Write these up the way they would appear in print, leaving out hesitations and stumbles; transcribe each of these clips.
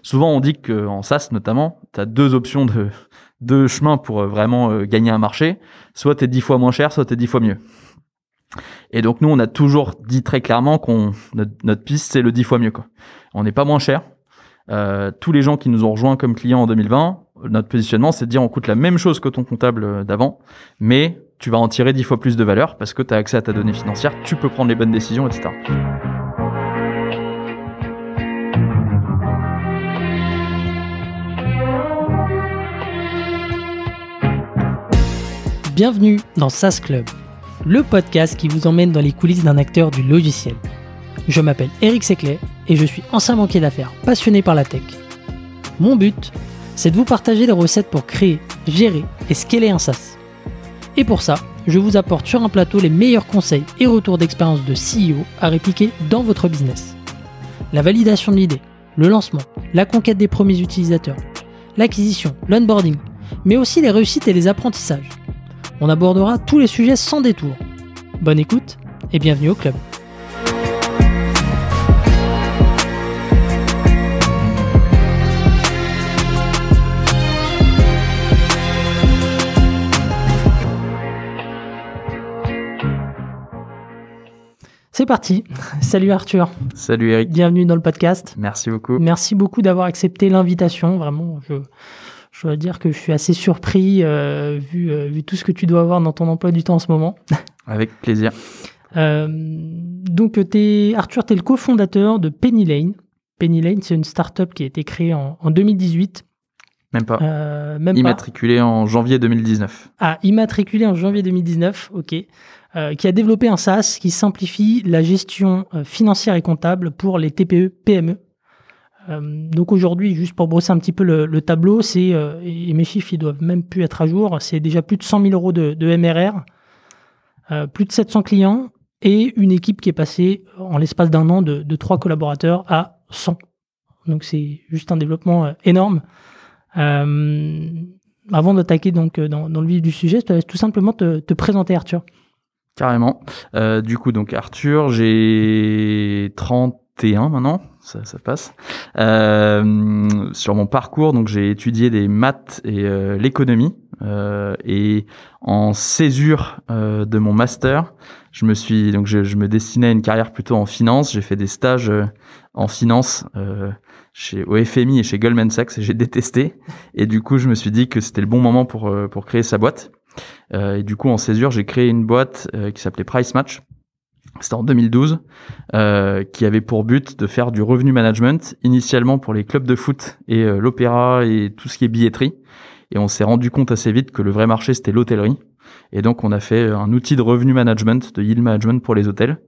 souvent on dit qu'en SaaS notamment, tu as deux options deux chemins pour vraiment gagner un marché. Soit tu es 10 fois moins cher, soit tu es 10 fois mieux. Et donc nous, on a toujours dit très clairement notre piste, c'est le 10 fois mieux, quoi. On n'est pas moins cher. Tous les gens qui nous ont rejoints comme clients en 2020, notre positionnement, c'est de dire on coûte la même chose que ton comptable d'avant, mais tu vas en tirer 10 fois plus de valeur parce que tu as accès à ta donnée financière, tu peux prendre les bonnes décisions, etc. Bienvenue dans SaaS Club, le podcast qui vous emmène dans les coulisses d'un acteur du logiciel. Je m'appelle Eric Seclet et je suis ancien banquier d'affaires passionné par la tech. Mon but, c'est de vous partager les recettes pour créer, gérer et scaler un SaaS. Et pour ça, je vous apporte sur un plateau les meilleurs conseils et retours d'expérience de CEO à répliquer dans votre business. La validation de l'idée, le lancement, la conquête des premiers utilisateurs, l'acquisition, l'onboarding, mais aussi les réussites et les apprentissages. On abordera tous les sujets sans détour. Bonne écoute et bienvenue au club. C'est parti. Salut Arthur. Salut Eric. Bienvenue dans le podcast. Merci beaucoup. Merci beaucoup d'avoir accepté l'invitation. Vraiment, je dois dire que je suis assez surpris vu tout ce que tu dois avoir dans ton emploi du temps en ce moment. Avec plaisir. Donc, Arthur, tu es le cofondateur de Penny Lane. Penny Lane, c'est une startup qui a été créée en 2018. Même pas. Immatriculée en janvier 2019. Ah, immatriculée en janvier 2019, ok. Qui a développé un SaaS qui simplifie la gestion financière et comptable pour les TPE, PME. Donc aujourd'hui, juste pour brosser un petit peu le tableau, et mes chiffres ils doivent même plus être à jour, c'est déjà plus de 100 000 euros de MRR, plus de 700 clients et une équipe qui est passée en l'espace d'un an de 3 collaborateurs à 100. Donc c'est juste un développement énorme. Avant d'attaquer donc dans le vif du sujet, je te laisse tout simplement te présenter, Arthur. Carrément. Du coup, donc Arthur, j'ai 31 maintenant, ça passe. Sur mon parcours, donc j'ai étudié des maths et l'économie. Et en césure de mon master, je me destinais à une carrière plutôt en finance. J'ai fait des stages en finance au FMI et chez Goldman Sachs et j'ai détesté. Et du coup, je me suis dit que c'était le bon moment pour créer sa boîte. Et du coup, en césure, j'ai créé une boîte qui s'appelait Price Match. C'était en 2012, qui avait pour but de faire du revenu management, initialement pour les clubs de foot et l'opéra et tout ce qui est billetterie. Et on s'est rendu compte assez vite que le vrai marché, c'était l'hôtellerie. Et donc, on a fait un outil de revenu management, de yield management pour les hôtels.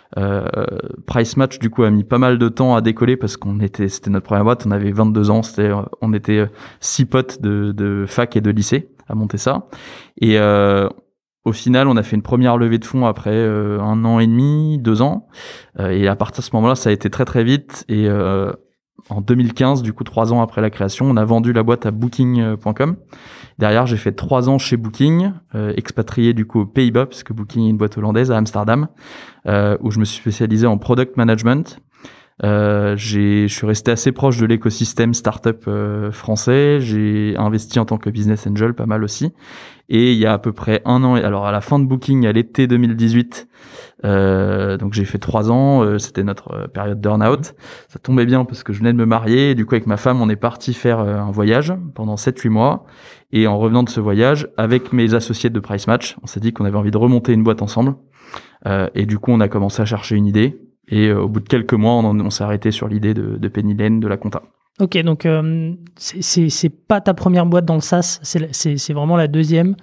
Price Match, du coup, a mis pas mal de temps à décoller parce c'était notre première boîte. On avait 22 ans. On était 6 potes de fac et de lycée à monter ça. Et au final, on a fait une première levée de fonds après 1 an et demi, 2 ans. Et à partir de ce moment-là, ça a été très très vite. Et en 2015, du coup 3 ans après la création, on a vendu la boîte à Booking.com. Derrière, j'ai fait 3 ans chez Booking, expatrié du coup aux Pays-Bas, puisque Booking est une boîte hollandaise à Amsterdam, où je me suis spécialisé en product management. Je suis resté assez proche de l'écosystème startup français. J'ai investi en tant que business angel pas mal aussi. Et il y a à peu près 1 an, alors à la fin de Booking, à l'été 2018, donc j'ai fait 3 ans, c'était notre période d'earn-out. Ça tombait bien parce que je venais de me marier. Et du coup, avec ma femme, on est parti faire un voyage pendant 7-8 mois. Et en revenant de ce voyage, avec mes associés de Price Match, on s'est dit qu'on avait envie de remonter une boîte ensemble. Et du coup, on a commencé à chercher une idée. Et au bout de quelques mois, on s'est arrêté sur l'idée de Penny Lane, de la compta. Ok, donc c'est pas ta première boîte dans le SaaS, c'est vraiment la deuxième.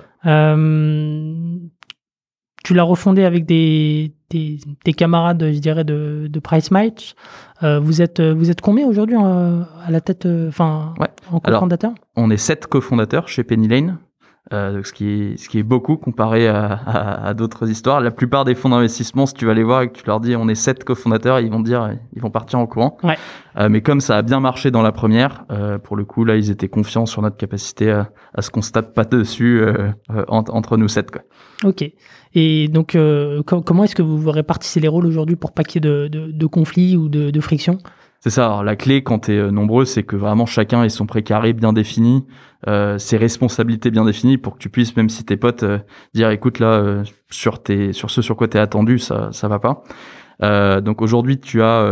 Tu l'as refondée avec tes camarades, je dirais, de Price Match. Vous êtes combien aujourd'hui à la tête, en cofondateur ? On est 7 cofondateurs chez Penny Lane. Ce qui est beaucoup comparé à d'autres histoires. La plupart des fonds d'investissement, si tu vas les voir et que tu leur dis on est 7 cofondateurs, ils vont partir en courant. Ouais. Mais comme ça a bien marché dans la première, pour le coup là ils étaient confiants sur notre capacité à ce qu'on se tape pas dessus entre nous 7 quoi. Ok. Et donc comment est-ce que vous répartissez les rôles aujourd'hui pour pas qu'il y ait de conflits ou de frictions ? C'est ça. Alors, la clé quand t'es nombreux, c'est que vraiment chacun ait son précaré bien défini, ses responsabilités bien définies pour que tu puisses, même si tes potes dire écoute là sur ce sur quoi t'es attendu, ça va pas. Donc aujourd'hui tu as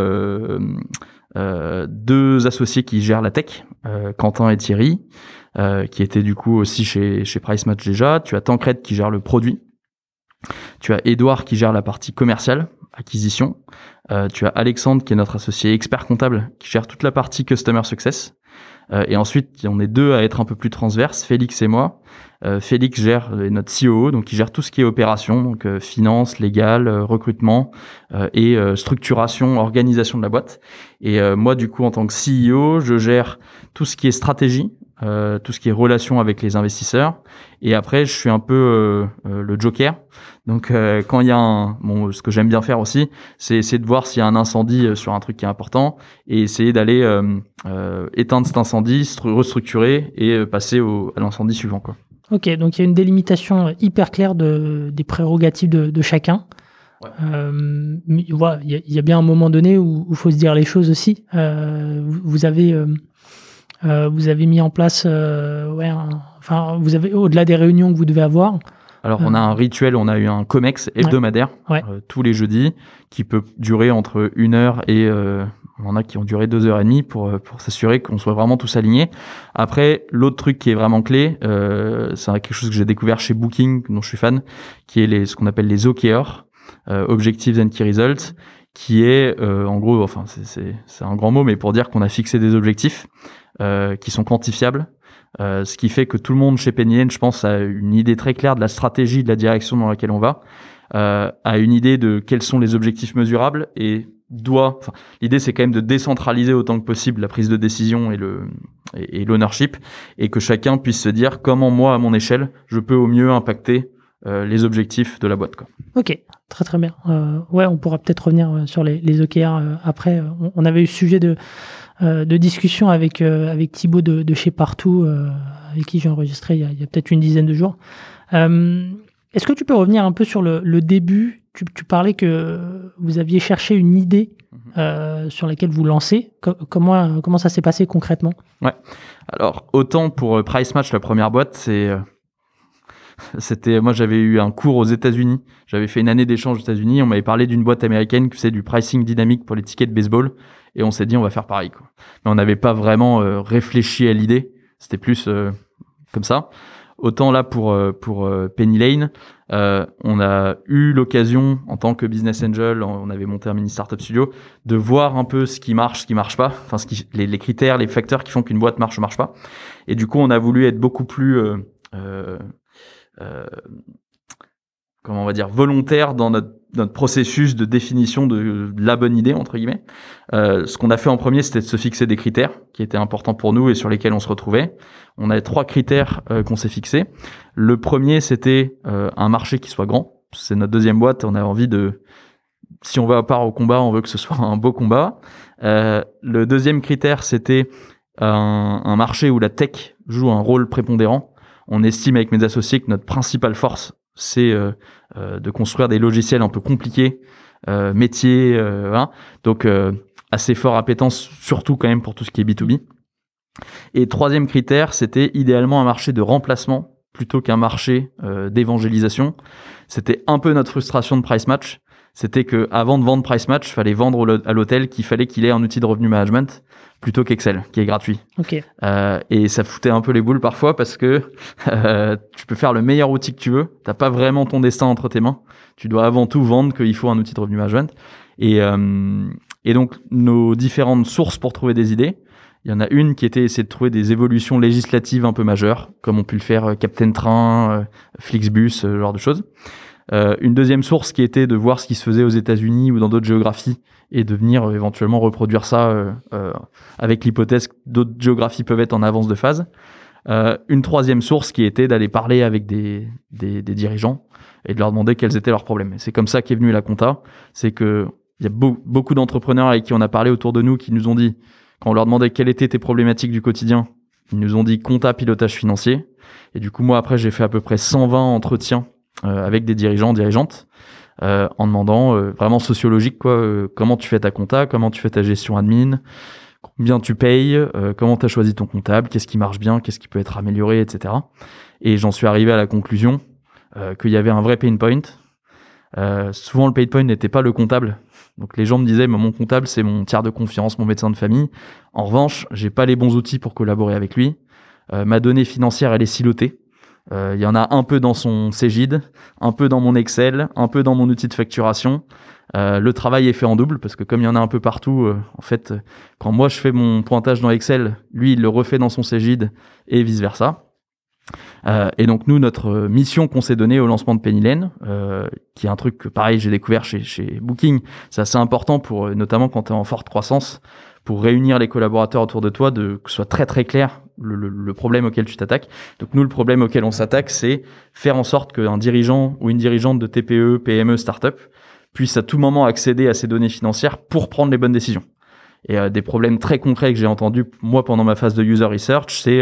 deux associés qui gèrent la tech, Quentin et Thierry, qui étaient du coup aussi chez PriceMatch déjà. Tu as Tancred qui gère le produit. Tu as Edouard qui gère la partie commerciale, acquisition. Tu as Alexandre qui est notre associé expert comptable qui gère toute la partie customer success. Et ensuite, on est deux à être un peu plus transverses, Félix et moi. Félix gère notre COO, donc il gère tout ce qui est opération, donc finance, légal, recrutement et structuration, organisation de la boîte. Et moi, du coup, en tant que CEO, je gère tout ce qui est stratégie, tout ce qui est relation avec les investisseurs. Et après, je suis un peu le joker. Donc, quand il y a ce que j'aime bien faire aussi, c'est essayer de voir s'il y a un incendie sur un truc qui est important et essayer d'aller éteindre cet incendie, restructurer et passer à l'incendie suivant, quoi. Ok, donc il y a une délimitation hyper claire des prérogatives de chacun. Ouais. Mais voilà, il y a bien un moment donné où il faut se dire les choses aussi. Vous avez mis en place, vous avez au-delà des réunions que vous devez avoir. Alors, on a un rituel, on a eu un COMEX hebdomadaire tous les jeudis qui peut durer entre 1 heure et on en a qui ont duré 2h30 pour s'assurer qu'on soit vraiment tous alignés. Après, l'autre truc qui est vraiment clé, c'est quelque chose que j'ai découvert chez Booking, dont je suis fan, qui est ce qu'on appelle les OKR, Objectives and Key Results, qui est en gros, enfin c'est un grand mot, mais pour dire qu'on a fixé des objectifs qui sont quantifiables. Ce qui fait que tout le monde chez Penny Lane, je pense, a une idée très claire de la stratégie, de la direction dans laquelle on va, a une idée de quels sont les objectifs mesurables et l'idée c'est quand même de décentraliser autant que possible la prise de décision et l'ownership et que chacun puisse se dire comment moi à mon échelle je peux au mieux impacter les objectifs de la boîte, quoi. Ok, très très bien. On pourra peut-être revenir sur les OKR après. On avait eu ce sujet de discussion avec Thibaut de chez Partout, avec qui j'ai enregistré il y a peut-être une dizaine de jours. Est-ce que tu peux revenir un peu sur le début ? Tu parlais que vous aviez cherché une idée sur laquelle vous lancez. Comment ça s'est passé concrètement ? Ouais. Alors, autant pour PriceMatch, la première boîte, moi j'avais eu un cours aux États-Unis. J'avais fait une année d'échange aux États-Unis. On m'avait parlé d'une boîte américaine qui faisait du pricing dynamique pour les tickets de baseball. Et on s'est dit, on va faire pareil, quoi. Mais on n'avait pas vraiment réfléchi à l'idée. C'était plus comme ça. Autant là pour Penny Lane, on a eu l'occasion en tant que business angel, on avait monté un mini startup studio, de voir un peu ce qui marche pas, enfin les critères, les facteurs qui font qu'une boîte marche ou marche pas. Et du coup, on a voulu être beaucoup plus comment on va dire, volontaire dans notre processus de définition de la bonne idée, entre guillemets. Ce qu'on a fait en premier, c'était de se fixer des critères qui étaient importants pour nous et sur lesquels on se retrouvait. On avait 3 critères qu'on s'est fixés. Le premier, c'était un marché qui soit grand. C'est notre deuxième boîte. On a envie si on va à part au combat, on veut que ce soit un beau combat. Le deuxième critère, c'était un marché où la tech joue un rôle prépondérant. On estime avec mes associés que notre principale force, c'est de construire des logiciels un peu compliqués, métiers, voilà. Donc assez fort appétence, surtout quand même pour tout ce qui est B2B. Et troisième critère, c'était idéalement un marché de remplacement plutôt qu'un marché d'évangélisation. C'était un peu notre frustration de PriceMatch. C'était que avant de vendre PriceMatch, fallait vendre à l'hôtel qu'il fallait qu'il ait un outil de revenu management plutôt qu'Excel, qui est gratuit. Okay. Et ça foutait un peu les boules parfois parce que tu peux faire le meilleur outil que tu veux, t'as pas vraiment ton destin entre tes mains. Tu dois avant tout vendre qu'il faut un outil de revenu management. Et donc nos différentes sources pour trouver des idées, il y en a une qui était essayer de trouver des évolutions législatives un peu majeures, comme on pu le faire Captain Train, Flixbus, ce genre de choses. Une deuxième source qui était de voir ce qui se faisait aux États-Unis ou dans d'autres géographies et de venir éventuellement reproduire ça avec l'hypothèse que d'autres géographies peuvent être en avance de phase. Une troisième source qui était d'aller parler avec des dirigeants et de leur demander quels étaient leurs problèmes. Et c'est comme ça qu'est venue la compta. C'est que il y a beaucoup d'entrepreneurs avec qui on a parlé autour de nous qui nous ont dit, quand on leur demandait quelles étaient tes problématiques du quotidien, ils nous ont dit compta, pilotage financier. Et du coup, moi, après, j'ai fait à peu près 120 entretiens avec des dirigeants, dirigeantes, en demandant vraiment sociologique, quoi, comment tu fais ta compta, comment tu fais ta gestion admin, combien tu payes, comment tu as choisi ton comptable, qu'est-ce qui marche bien, qu'est-ce qui peut être amélioré, etc. Et j'en suis arrivé à la conclusion qu'il y avait un vrai pain point. Souvent, le pain point n'était pas le comptable. Donc les gens me disaient, mon comptable, c'est mon tiers de confiance, mon médecin de famille. En revanche, j'ai pas les bons outils pour collaborer avec lui. Ma donnée financière, elle est silotée. Il y en a un peu dans son Cegid, un peu dans mon Excel, un peu dans mon outil de facturation. Le travail est fait en double parce que comme il y en a un peu partout, en fait, quand moi je fais mon pointage dans Excel, lui il le refait dans son Cegid et vice versa. Et donc nous, notre mission qu'on s'est donnée au lancement de Penny Lane, qui est un truc que pareil j'ai découvert chez Booking, c'est assez important pour notamment quand tu es en forte croissance, pour réunir les collaborateurs autour de toi, que ce soit très très clair le problème auquel tu t'attaques. Donc nous, le problème auquel on s'attaque, c'est faire en sorte qu'un dirigeant ou une dirigeante de TPE, PME, start-up puisse à tout moment accéder à ces données financières pour prendre les bonnes décisions. Et des problèmes très concrets que j'ai entendus moi pendant ma phase de user research, c'est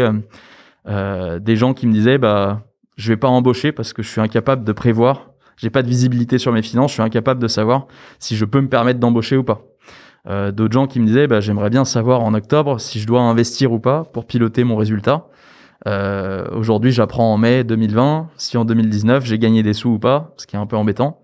des gens qui me disaient je vais pas embaucher parce que je suis incapable de prévoir, j'ai pas de visibilité sur mes finances, je suis incapable de savoir si je peux me permettre d'embaucher ou pas. D'autres gens qui me disaient j'aimerais bien savoir en octobre si je dois investir ou pas pour piloter mon résultat. Aujourd'hui j'apprends en mai 2020 si en 2019 j'ai gagné des sous ou pas, ce qui est un peu embêtant.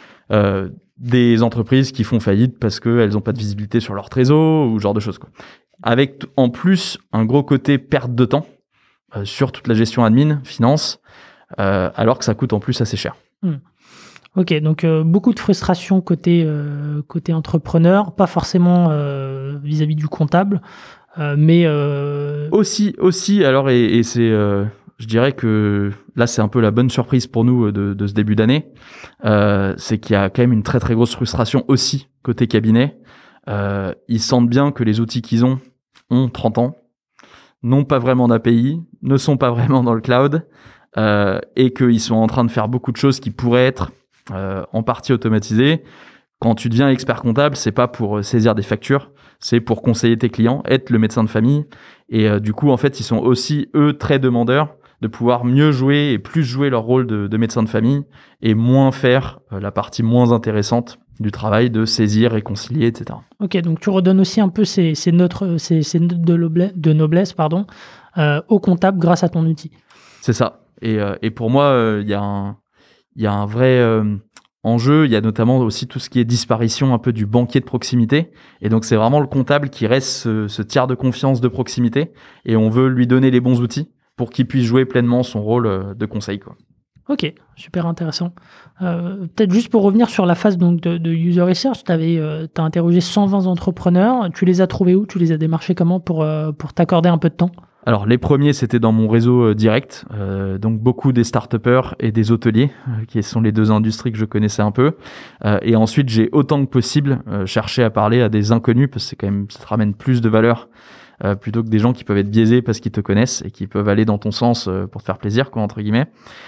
Des entreprises qui font faillite parce qu'elles ont pas de visibilité sur leur trésor ou ce genre de choses, quoi. Avec en plus un gros côté perte de temps sur toute la gestion admin, finance, alors que ça coûte en plus assez cher. Ok, donc beaucoup de frustration côté entrepreneur, pas forcément vis-à-vis du comptable, mais aussi alors et c'est je dirais que là c'est un peu la bonne surprise pour nous de ce début d'année, c'est qu'il y a quand même une très très grosse frustration aussi côté cabinet. Ils sentent bien que les outils qu'ils ont 30 ans, n'ont pas vraiment d'API, ne sont pas vraiment dans le cloud, et qu'ils sont en train de faire beaucoup de choses qui pourraient être en partie automatisées. Quand tu deviens expert comptable, c'est pas pour saisir des factures, c'est pour conseiller tes clients, être le médecin de famille. Et du coup, en fait, ils sont aussi, eux, très demandeurs de pouvoir mieux jouer et plus jouer leur rôle de médecin de famille et moins faire la partie moins intéressante du travail de saisir, réconcilier, etc. Ok, donc tu redonnes aussi un peu ces notes de noblesse au comptable grâce à ton outil. C'est ça. Et pour moi, il y a un vrai enjeu. Il y a notamment aussi tout ce qui est disparition un peu du banquier de proximité. Et donc, c'est vraiment le comptable qui reste ce tiers de confiance de proximité. Et on veut lui donner les bons outils pour qu'il puisse jouer pleinement son rôle de conseil, quoi. Ok, super intéressant. Peut-être juste pour revenir sur la phase donc, de user research, t'as interrogé 120 entrepreneurs. Tu les as trouvés où? Tu les as démarchés comment pour t'accorder un peu de temps? Alors, les premiers, c'était dans mon réseau direct, donc beaucoup des start-upers et des hôteliers, qui sont les deux industries que je connaissais un peu. Et ensuite, j'ai autant que possible cherché à parler à des inconnus, parce que c'est quand même, ça te ramène plus de valeur, plutôt que des gens qui peuvent être biaisés parce qu'ils te connaissent et qui peuvent aller dans ton sens pour te faire plaisir, quoi, entre guillemets.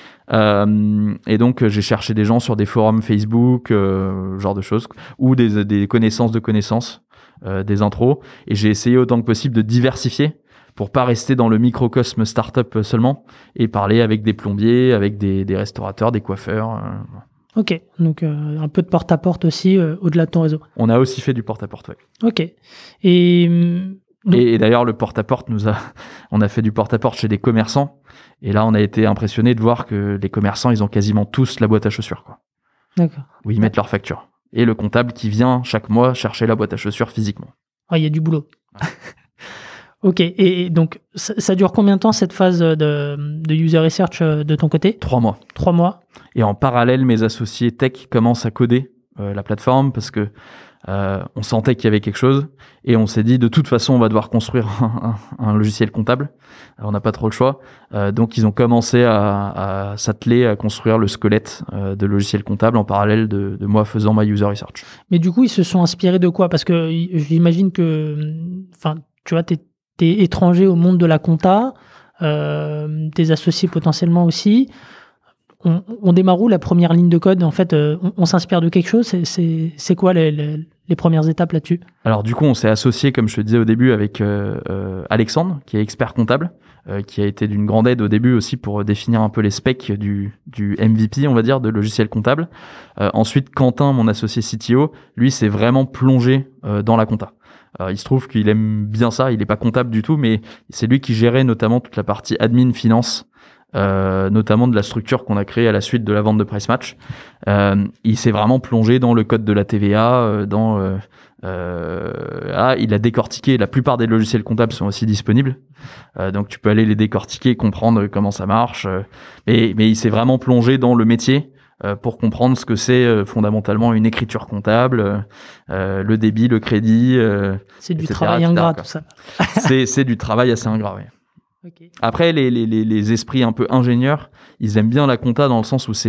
Et donc, j'ai cherché des gens sur des forums Facebook, genre de choses, ou des connaissances de connaissances, des intros. Et j'ai essayé autant que possible de diversifier, pour pas rester dans le microcosme startup seulement et parler avec des plombiers, avec des restaurateurs, des coiffeurs. Ok, donc un peu de porte-à-porte aussi au-delà de ton réseau. On a aussi fait du porte-à-porte, ouais. Ok. Et d'ailleurs, le porte-à-porte on a fait du porte-à-porte chez des commerçants. Et là, on a été impressionné de voir que les commerçants, ils ont quasiment tous la boîte à chaussures, quoi. D'accord. Où ils mettent leurs factures. Et le comptable qui vient chaque mois chercher la boîte à chaussures physiquement. Ah, il y a du boulot. Ouais. Ok, et donc ça dure combien de temps cette phase de user research de ton côté? 3 mois. 3 mois. Et en parallèle, mes associés tech commencent à coder la plateforme parce que on sentait qu'il y avait quelque chose et on s'est dit de toute façon on va devoir construire un logiciel comptable. On n'a pas trop le choix. Donc ils ont commencé à s'atteler à construire le squelette de logiciel comptable en parallèle de moi faisant ma user research. Mais du coup, ils se sont inspirés de quoi? Parce que j'imagine que, enfin, tu vois, t'es étranger au monde de la compta, tes associés potentiellement aussi. On démarre où la première ligne de code? En fait, on s'inspire de quelque chose? C'est quoi les premières étapes là-dessus? Alors du coup, on s'est associé, comme je te disais au début, avec Alexandre, qui est expert comptable, qui a été d'une grande aide au début aussi pour définir un peu les specs du MVP, on va dire, de logiciel comptable. Ensuite, Quentin, mon associé CTO, lui, s'est vraiment plongé dans la compta. Il se trouve qu'il aime bien ça, il est pas comptable du tout, mais c'est lui qui gérait notamment toute la partie admin, finance, notamment de la structure qu'on a créée à la suite de la vente de Price Match. Il s'est vraiment plongé dans le code de la TVA, il a décortiqué. La plupart des logiciels comptables sont aussi disponibles, donc tu peux aller les décortiquer, comprendre comment ça marche. Mais il s'est vraiment plongé dans le métier pour comprendre ce que c'est fondamentalement une écriture comptable, le débit, le crédit. C'est du etc., travail etc., ingrat, quoi. tout ça. C'est du travail assez ingrat, ouais. Ok. Après, les esprits un peu ingénieurs, ils aiment bien la compta dans le sens où c'est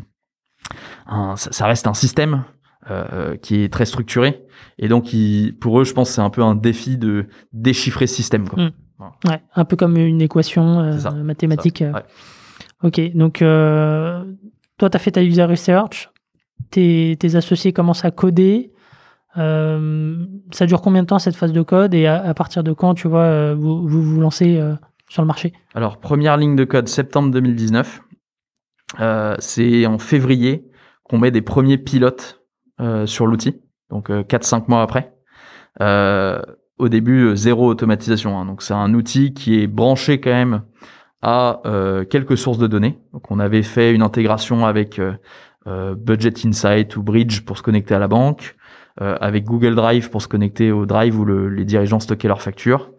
ça reste un système qui est très structuré. Et donc, pour eux, je pense que c'est un peu un défi de déchiffrer ce système, quoi. Voilà. Ouais, un peu comme une équation mathématique. Ouais. Ok, donc toi, tu as fait ta user research, tes associés commencent à coder. Ça dure combien de temps cette phase de code et à partir de quand, tu vois, vous lancez sur le marché? Alors, première ligne de code, septembre 2019. C'est en février qu'on met des premiers pilotes sur l'outil, donc 4-5 mois après. Au début, zéro automatisation, hein. Donc, c'est un outil qui est branché quand même à quelques sources de données. Donc, on avait fait une intégration avec Budget Insight ou Bridge pour se connecter à la banque, avec Google Drive pour se connecter au Drive où les dirigeants stockaient leurs factures,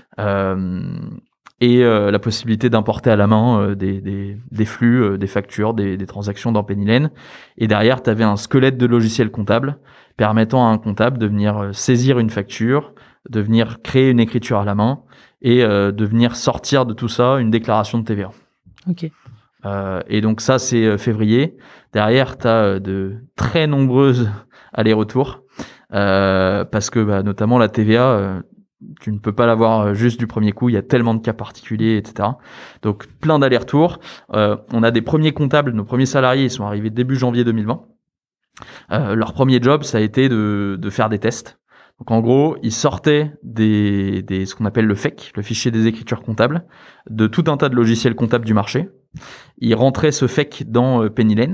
et la possibilité d'importer à la main des flux, des factures, des transactions dans Penny Lane. Et derrière, tu avais un squelette de logiciel comptable permettant à un comptable de venir saisir une facture, de venir créer une écriture à la main et de venir sortir de tout ça une déclaration de TVA. Ok. Et donc ça, c'est février. Derrière, tu as de très nombreuses allers-retours parce que notamment la TVA, tu ne peux pas l'avoir juste du premier coup. Il y a tellement de cas particuliers, etc. Donc plein d'allers-retours. On a des premiers comptables, nos premiers salariés, ils sont arrivés début janvier 2020. Leur premier job, ça a été de faire des tests. Donc en gros, ils sortaient ce qu'on appelle le FEC, le fichier des écritures comptables, de tout un tas de logiciels comptables du marché. Ils rentraient ce FEC dans Penny Lane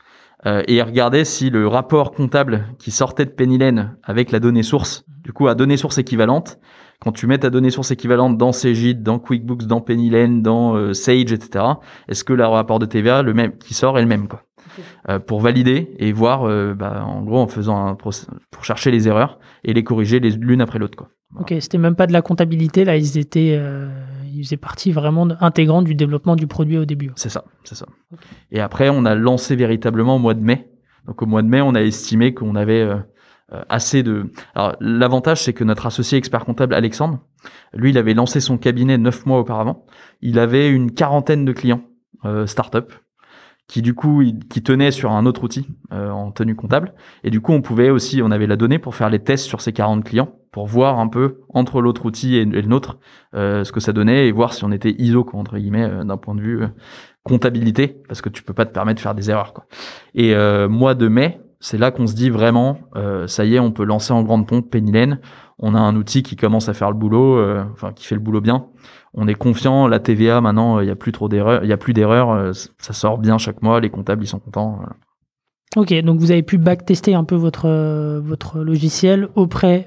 et ils regardaient si le rapport comptable qui sortait de Penny Lane avec la donnée source, du coup à donnée source équivalente, quand tu mets ta donnée source équivalente dans Cegid, dans QuickBooks, dans Penny Lane, dans Sage, etc., est-ce que le rapport de TVA, le même qui sort, est le même, quoi. Pour valider et voir, en gros, en faisant pour chercher les erreurs et les corriger l'une après l'autre, quoi. Voilà. Ok, c'était même pas de la comptabilité, là, ils faisaient partie vraiment intégrante du développement du produit au début. C'est ça. Okay. Et après, on a lancé véritablement au mois de mai. Donc, au mois de mai, on a estimé qu'on avait assez de... Alors, l'avantage, c'est que notre associé expert comptable, Alexandre, lui, il avait lancé son cabinet 9 mois auparavant. Il avait une 40aine de clients start-up qui du coup qui tenait sur un autre outil en tenue comptable, et du coup on avait la donnée pour faire les tests sur ces 40 clients pour voir un peu entre l'autre outil et le nôtre ce que ça donnait et voir si on était ISO, quoi, entre guillemets, d'un point de vue comptabilité, parce que tu peux pas te permettre de faire des erreurs, quoi. Et mois de mai, c'est là qu'on se dit vraiment ça y est, on peut lancer en grande pompe Penny Lane. On a un outil qui commence à faire le boulot, qui fait le boulot bien. On est confiant. La TVA, maintenant, il y a plus trop d'erreurs. Il y a plus d'erreurs. Ça sort bien chaque mois. Les comptables, ils sont contents. Voilà. Ok, donc vous avez pu backtester un peu votre logiciel auprès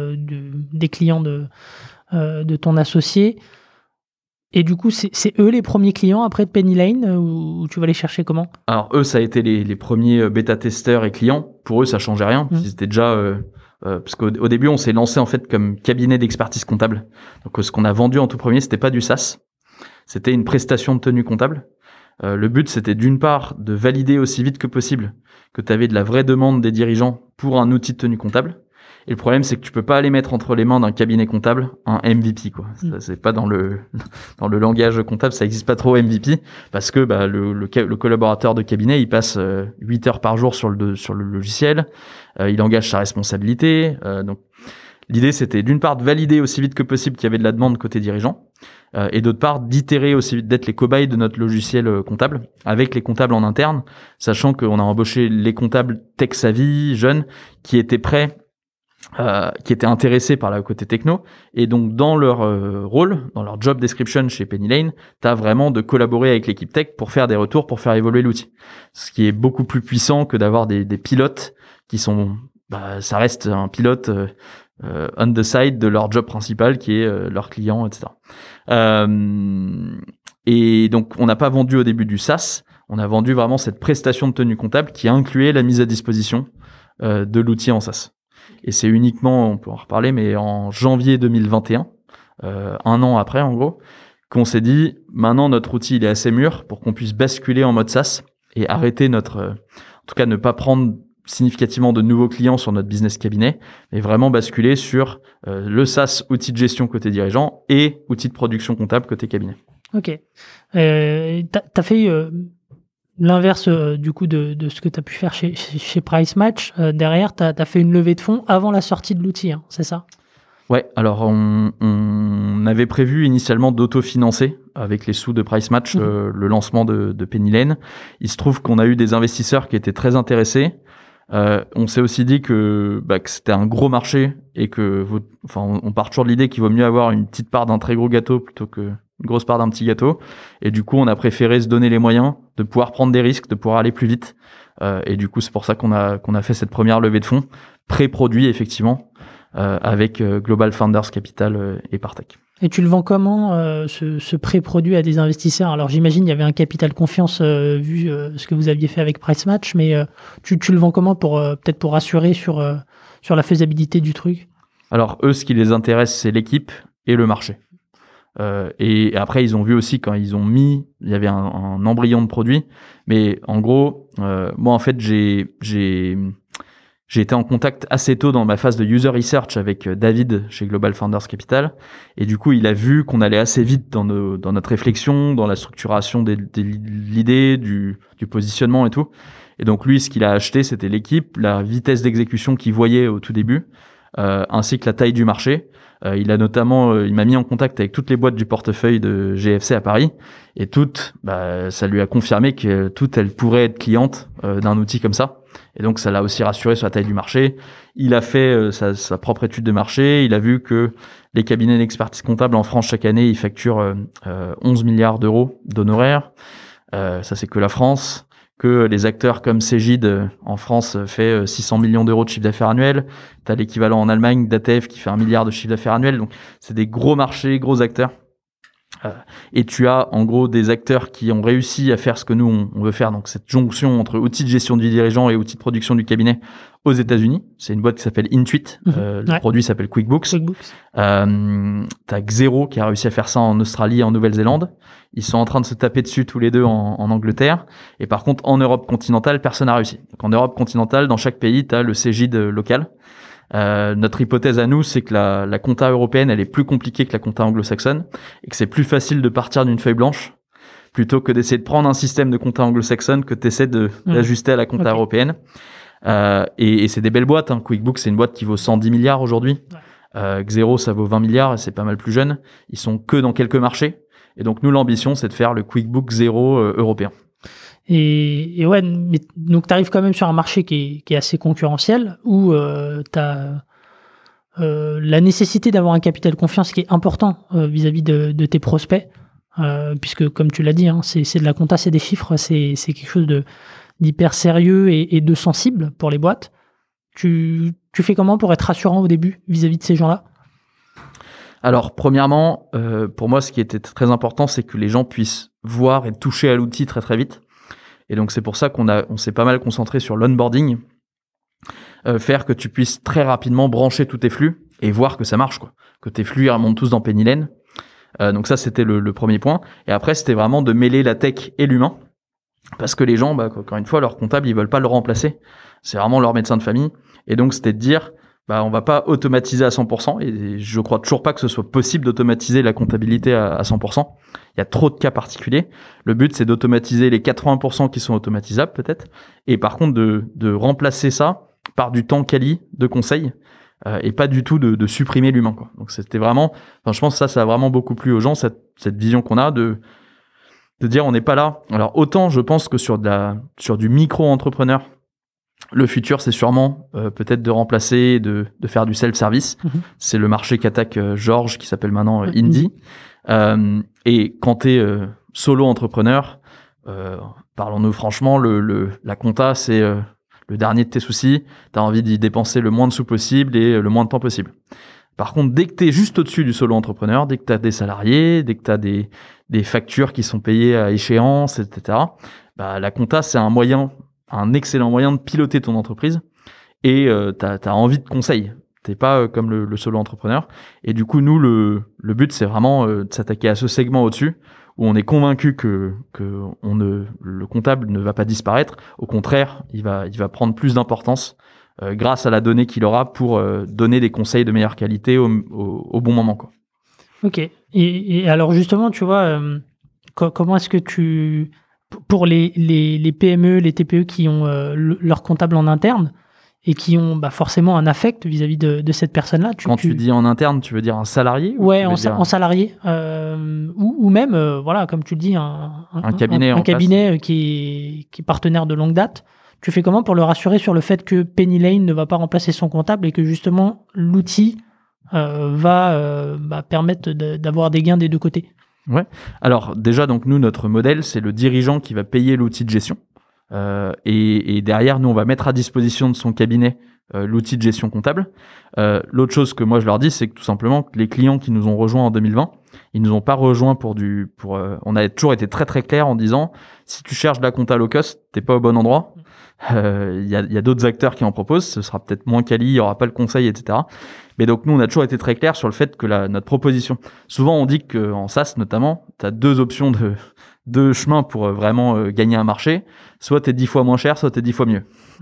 des clients de ton associé. Et du coup, c'est eux les premiers clients après de Penny Lane ou tu vas les chercher comment? Alors eux, ça a été les premiers bêta-testeurs et clients. Pour eux, ça changeait rien. Ils étaient déjà... parce qu'au début, on s'est lancé en fait comme cabinet d'expertise comptable. Donc, ce qu'on a vendu en tout premier, c'était pas du SaaS, c'était une prestation de tenue comptable. Le but, c'était d'une part de valider aussi vite que possible que tu avais de la vraie demande des dirigeants pour un outil de tenue comptable. Et le problème, c'est que tu peux pas aller mettre entre les mains d'un cabinet comptable un MVP, quoi. Ça, c'est pas dans le langage comptable, ça existe pas trop MVP, parce que le collaborateur de cabinet, il passe 8 heures par jour sur le logiciel, il engage sa responsabilité. Donc l'idée, c'était d'une part de valider aussi vite que possible qu'il y avait de la demande côté dirigeant, et d'autre part d'itérer aussi vite, d'être les cobayes de notre logiciel comptable avec les comptables en interne, sachant qu'on a embauché les comptables tech savvy, jeunes, qui étaient prêts qui étaient intéressés par le côté techno. Et donc, dans leur rôle, dans leur job description chez Penny Lane, tu as vraiment de collaborer avec l'équipe tech pour faire des retours, pour faire évoluer l'outil. Ce qui est beaucoup plus puissant que d'avoir des pilotes qui sont... ça reste un pilote on the side de leur job principal, qui est leur client, etc. Et donc, on n'a pas vendu au début du SaaS, on a vendu vraiment cette prestation de tenue comptable qui incluait la mise à disposition de l'outil en SaaS. Et c'est uniquement, on peut en reparler, mais en janvier 2021, un an après en gros, qu'on s'est dit, maintenant notre outil il est assez mûr pour qu'on puisse basculer en mode SaaS et arrêter en tout cas ne pas prendre significativement de nouveaux clients sur notre business cabinet, mais vraiment basculer sur le SaaS, outil de gestion côté dirigeant et outil de production comptable côté cabinet. Ok. T'as fait l'inverse du coup de ce que tu as pu faire chez PriceMatch. Derrière, tu as fait une levée de fonds avant la sortie de l'outil, hein, c'est ça? Ouais, alors on avait prévu initialement d'autofinancer avec les sous de PriceMatch le lancement de Penny Lane. Il se trouve qu'on a eu des investisseurs qui étaient très intéressés. On s'est aussi dit que c'était un gros marché et que on part toujours de l'idée qu'il vaut mieux avoir une petite part d'un très gros gâteau plutôt que une grosse part d'un petit gâteau. Et du coup, on a préféré se donner les moyens de pouvoir prendre des risques, de pouvoir aller plus vite. Et du coup, c'est pour ça qu'on a fait cette première levée de fonds pré-produit effectivement avec Global Founders Capital et Partech. Et tu le vends comment, ce pré-produit à des investisseurs? Alors j'imagine il y avait un capital confiance vu ce que vous aviez fait avec PriceMatch, mais tu le vends comment pour peut-être pour rassurer sur la faisabilité du truc? Alors eux, ce qui les intéresse, c'est l'équipe et le marché. Et après, ils ont vu aussi quand ils ont mis, il y avait un embryon de produit, mais en gros, moi en fait, j'ai été en contact assez tôt dans ma phase de user research avec David chez Global Founders Capital. Et du coup, il a vu qu'on allait assez vite dans notre réflexion, dans la structuration de l'idée, du positionnement et tout. Et donc, lui, ce qu'il a acheté, c'était l'équipe, la vitesse d'exécution qu'il voyait au tout début, ainsi que la taille du marché. Il m'a mis en contact avec toutes les boîtes du portefeuille de GFC à Paris. Et toutes, ça lui a confirmé que toutes, elles pourraient être clientes d'un outil comme ça. Et donc, ça l'a aussi rassuré sur la taille du marché. Il a fait sa propre étude de marché. Il a vu que les cabinets d'expertise comptable en France, chaque année, ils facturent 11 milliards d'euros d'honoraires. Ça, c'est que la France. Que les acteurs comme Cegid en France fait 600 millions d'euros de chiffre d'affaires annuel. Tu as l'équivalent en Allemagne d'ATF qui fait 1 milliard de chiffre d'affaires annuel. Donc, c'est des gros marchés, gros acteurs. Et tu as en gros des acteurs qui ont réussi à faire ce que nous on veut faire, donc cette jonction entre outils de gestion du dirigeant et outils de production du cabinet aux États-Unis. C'est une boîte qui s'appelle Intuit, le produit s'appelle QuickBooks. T'as Xero qui a réussi à faire ça en Australie et en Nouvelle-Zélande. Ils sont en train de se taper dessus tous les deux en Angleterre. Et par contre, en Europe continentale, personne n'a réussi. Donc en Europe continentale, dans chaque pays, t'as le Cegid local. Notre hypothèse à nous, c'est que la compta européenne, elle est plus compliquée que la compta anglo-saxonne et que c'est plus facile de partir d'une feuille blanche plutôt que d'essayer de prendre un système de compta anglo-saxonne que t'essaies d'ajuster à la compta européenne. Et c'est des belles boîtes, hein. QuickBooks, c'est une boîte qui vaut 110 milliards aujourd'hui. Xero, ça vaut 20 milliards et c'est pas mal plus jeune. Ils sont que dans quelques marchés. Et donc, nous, l'ambition, c'est de faire le QuickBooks Xero européen. Et ouais, mais donc tu arrives quand même sur un marché qui est assez concurrentiel où tu as la nécessité d'avoir un capital confiance qui est important vis-à-vis de tes prospects, puisque comme tu l'as dit, hein, c'est de la compta, c'est des chiffres, c'est quelque chose d'hyper sérieux et de sensible pour les boîtes. Tu fais comment pour être rassurant au début vis-à-vis de ces gens-là? Alors, premièrement, pour moi, ce qui était très important, c'est que les gens puissent voir et toucher à l'outil très très vite. Et donc, c'est pour ça on s'est pas mal concentré sur l'onboarding, faire que tu puisses très rapidement brancher tous tes flux et voir que ça marche, quoi. Que tes flux ils remontent tous dans Penny Lane. Donc ça, c'était le premier point. Et après, c'était vraiment de mêler la tech et l'humain. Parce que les gens, encore une fois, leur comptable, ils veulent pas le remplacer. C'est vraiment leur médecin de famille. Et donc, c'était de dire, on va pas automatiser à 100%. Et je crois toujours pas que ce soit possible d'automatiser la comptabilité à 100%. Il y a trop de cas particuliers. Le but, c'est d'automatiser les 80% qui sont automatisables, peut-être. Et par contre, de remplacer ça par du temps quali de conseil. Et pas du tout de supprimer l'humain, quoi. Donc, c'était vraiment, je pense que ça a vraiment beaucoup plu aux gens, cette vision qu'on a de dire on n'est pas là. Alors, autant je pense que sur du micro-entrepreneur, Le futur, c'est sûrement peut-être de remplacer, de faire du self-service. C'est le marché qu'attaque George, qui s'appelle maintenant Indy. Et quand tu es solo entrepreneur, parlons-nous franchement, la compta, c'est le dernier de tes soucis. Tu as envie d'y dépenser le moins de sous possible et le moins de temps possible. Par contre, dès que tu es juste au-dessus du solo entrepreneur, dès que tu as des salariés, dès que tu as des factures qui sont payées à échéance, etc., bah, la compta, c'est un excellent moyen de piloter ton entreprise et tu as envie de conseils. T'es pas comme le solo entrepreneur. Et du coup, nous, le but, c'est vraiment de s'attaquer à ce segment au-dessus où on est convaincu que le comptable ne va pas disparaître. Au contraire, il va prendre plus d'importance grâce à la donnée qu'il aura pour donner des conseils de meilleure qualité au bon moment, quoi. Ok. Et alors justement, tu vois, comment est-ce que pour les PME, les TPE qui ont leur comptable en interne et qui ont forcément un affect vis-à-vis de cette personne-là. Quand tu dis en interne, tu veux dire un salarié? Ouais, en salarié. Ou même, voilà, comme tu le dis, un cabinet qui est partenaire de longue date. Tu fais comment pour le rassurer sur le fait que Penny Lane ne va pas remplacer son comptable et que justement l'outil va permettre d'avoir des gains des deux côtés? Ouais. Alors déjà, donc nous, notre modèle, c'est le dirigeant qui va payer l'outil de gestion. Et derrière, nous, on va mettre à disposition de son cabinet l'outil de gestion comptable. L'autre chose que moi, je leur dis, c'est que tout simplement, que les clients qui nous ont rejoints en 2020, ils nous ont pas rejoints on a toujours été très très clair en disant, si tu cherches de la compta low cost, t'es pas au bon endroit. Il y a d'autres acteurs qui en proposent, ce sera peut-être moins quali, il y aura pas le conseil, etc. Mais donc nous, on a toujours été très clair sur le fait que notre proposition. Souvent, on dit que en SaaS notamment, t'as deux options deux chemins pour vraiment gagner un marché. Soit t'es 10 fois moins cher, soit t'es 10 fois mieux.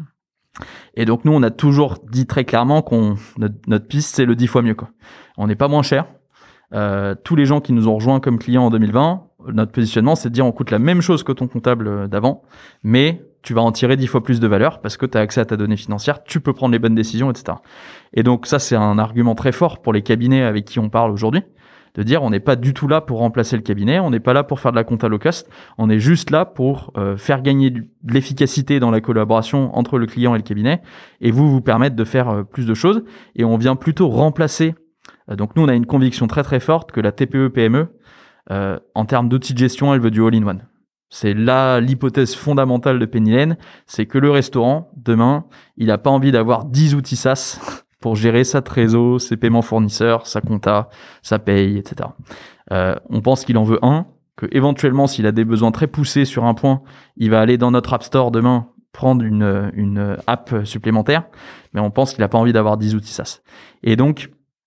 Et donc nous, on a toujours dit très clairement notre piste, c'est le 10 fois mieux, quoi. On n'est pas moins cher. Tous les gens qui nous ont rejoints comme clients en 2020, notre positionnement, c'est de dire on coûte la même chose que ton comptable d'avant, mais tu vas en tirer 10 fois plus de valeur parce que tu as accès à ta donnée financière, tu peux prendre les bonnes décisions, etc. Et donc ça, c'est un argument très fort pour les cabinets avec qui on parle aujourd'hui, de dire on n'est pas du tout là pour remplacer le cabinet, on n'est pas là pour faire de la compta low cost, on est juste là pour faire gagner de l'efficacité dans la collaboration entre le client et le cabinet et vous permettre de faire plus de choses. Et on vient plutôt remplacer. Donc nous, on a une conviction très très forte que la TPE-PME, en termes d'outils de gestion, elle veut du all-in-one. C'est là l'hypothèse fondamentale de Penny Lane, c'est que le restaurant, demain, il n'a pas envie d'avoir 10 outils SaaS pour gérer sa trésor, ses paiements fournisseurs, sa compta, sa paye, etc. On pense qu'il en veut un, que éventuellement, s'il a des besoins très poussés sur un point, il va aller dans notre App Store demain prendre une app supplémentaire, mais on pense qu'il n'a pas envie d'avoir 10 outils SaaS. Et donc,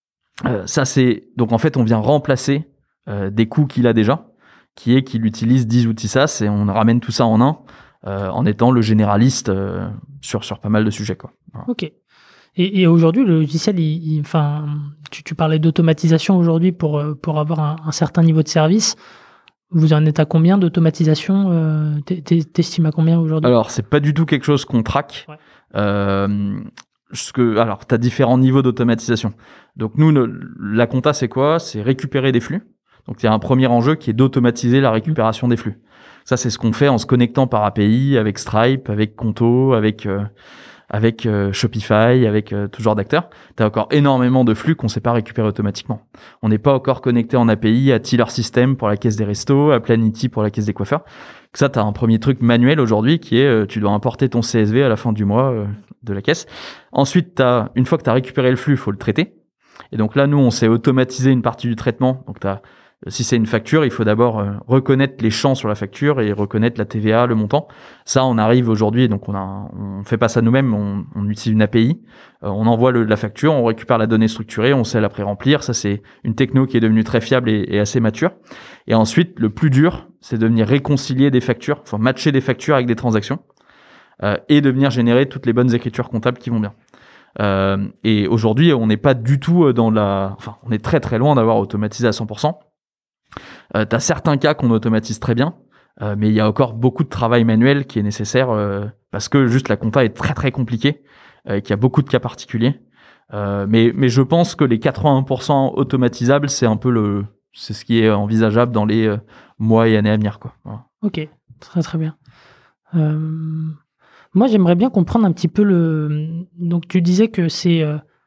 donc en fait, on vient remplacer des coûts qu'il a déjà, qui est qu'il utilise 10 outils SaaS et on ramène tout ça en un, en étant le généraliste sur pas mal de sujets, quoi. Voilà. Ok. Et aujourd'hui, le logiciel, tu parlais d'automatisation aujourd'hui pour avoir un certain niveau de service. Vous en êtes à combien d'automatisation? T'estimes à combien aujourd'hui? Alors, c'est pas du tout quelque chose qu'on traque. Ouais. Alors, tu as différents niveaux d'automatisation. Donc, nous, la compta, c'est quoi? C'est récupérer des flux. Donc, il y a un premier enjeu qui est d'automatiser la récupération des flux. Ça, c'est ce qu'on fait en se connectant par API, avec Stripe, avec Conto, avec Shopify, avec tout genre d'acteurs. Tu as encore énormément de flux qu'on ne sait pas récupérer automatiquement. On n'est pas encore connecté en API à Tiller System pour la caisse des restos, à Planity pour la caisse des coiffeurs. Ça, tu as un premier truc manuel aujourd'hui qui est tu dois importer ton CSV à la fin du mois de la caisse. Ensuite, une fois que tu as récupéré le flux, il faut le traiter. Et donc là, nous, on s'est automatisé une partie du traitement. Donc, si c'est une facture, il faut d'abord reconnaître les champs sur la facture et reconnaître la TVA, le montant. Ça, on arrive aujourd'hui, donc on fait pas ça nous-mêmes, on utilise une API, on envoie la facture, on récupère la donnée structurée, on sait la pré-remplir. Ça, c'est une techno qui est devenue très fiable et assez mature. Et ensuite, le plus dur, c'est de venir réconcilier des factures, enfin matcher des factures avec des transactions et de venir générer toutes les bonnes écritures comptables qui vont bien. Et aujourd'hui, on n'est pas du tout on est très très loin d'avoir automatisé à 100%. T'as certains cas qu'on automatise très bien, mais il y a encore beaucoup de travail manuel qui est nécessaire parce que juste la compta est très très compliquée, qu'il y a beaucoup de cas particuliers. Mais je pense que les 81% automatisables, c'est ce qui est envisageable dans les mois et années à venir, quoi. Voilà. Ok, très très bien. Moi, j'aimerais bien comprendre un petit peu donc, tu disais que c'est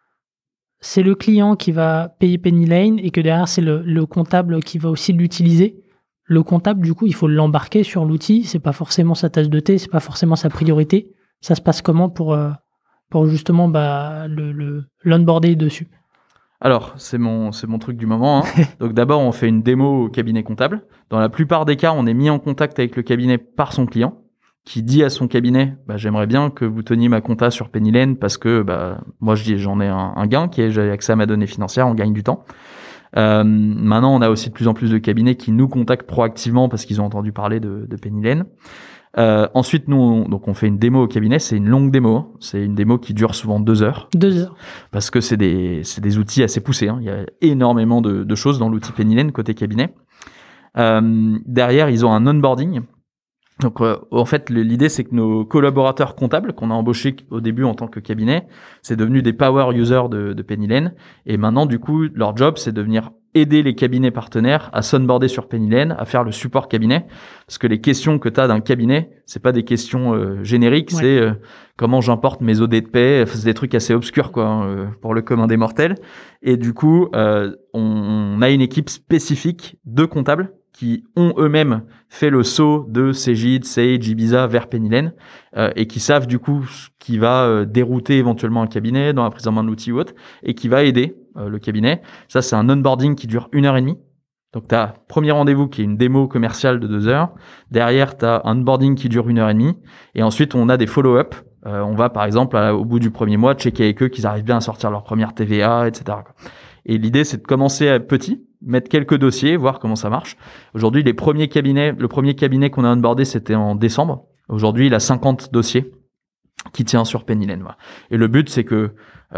le client qui va payer Penny Lane et que derrière, c'est le comptable qui va aussi l'utiliser. Le comptable, du coup, il faut l'embarquer sur l'outil. C'est pas forcément sa tasse de thé, c'est pas forcément sa priorité. Ça se passe comment pour justement l'onboarder dessus? Alors, c'est mon truc du moment. Hein. Donc d'abord, on fait une démo au cabinet comptable. Dans la plupart des cas, on est mis en contact avec le cabinet par son client, qui dit à son cabinet, j'aimerais bien que vous teniez ma compta sur Penny Lane parce que moi j'en ai un gain qui est j'ai accès à ma donnée financière, on gagne du temps. Maintenant, on a aussi de plus en plus de cabinets qui nous contactent proactivement parce qu'ils ont entendu parler de Penny Lane. Ensuite, nous, on fait une démo au cabinet. C'est une longue démo. Hein. C'est une démo qui dure souvent 2 heures. 2 heures. Parce que c'est des outils assez poussés. Hein. Il y a énormément de choses dans l'outil Penny Lane côté cabinet. Derrière, ils ont un onboarding. Donc, en fait, l'idée, c'est que nos collaborateurs comptables qu'on a embauchés au début en tant que cabinet, c'est devenu des power users de Penny Lane. Et maintenant, du coup, leur job, c'est de venir aider les cabinets partenaires à s'onboarder sur Penny Lane, à faire le support cabinet. Parce que les questions que tu as d'un cabinet, c'est pas des questions génériques, ouais. C'est comment j'importe mes OD de paie, c'est des trucs assez obscurs quoi, pour le commun des mortels. Et du coup, on a une équipe spécifique de comptables qui ont eux-mêmes fait le saut de Cegid, Sage, Ibiza vers Penny Lane et qui savent du coup ce qui va dérouter éventuellement un cabinet dans la prise en main de l'outil ou autre et qui va aider le cabinet. Ça, c'est un onboarding qui dure 1h30. Donc, tu as premier rendez-vous qui est une démo commerciale de 2 heures. Derrière, tu as un onboarding qui dure 1h30. Et ensuite, on a des follow-up. On va, par exemple, au bout du premier mois, checker avec eux qu'ils arrivent bien à sortir leur première TVA, etc. Et l'idée, c'est de commencer à petit, mettre quelques dossiers, voir comment ça marche. Aujourd'hui, le premier cabinet qu'on a onboardé, c'était en décembre. Aujourd'hui, il a 50 dossiers qui tient sur Penny Lane. Voilà. Et le but, c'est que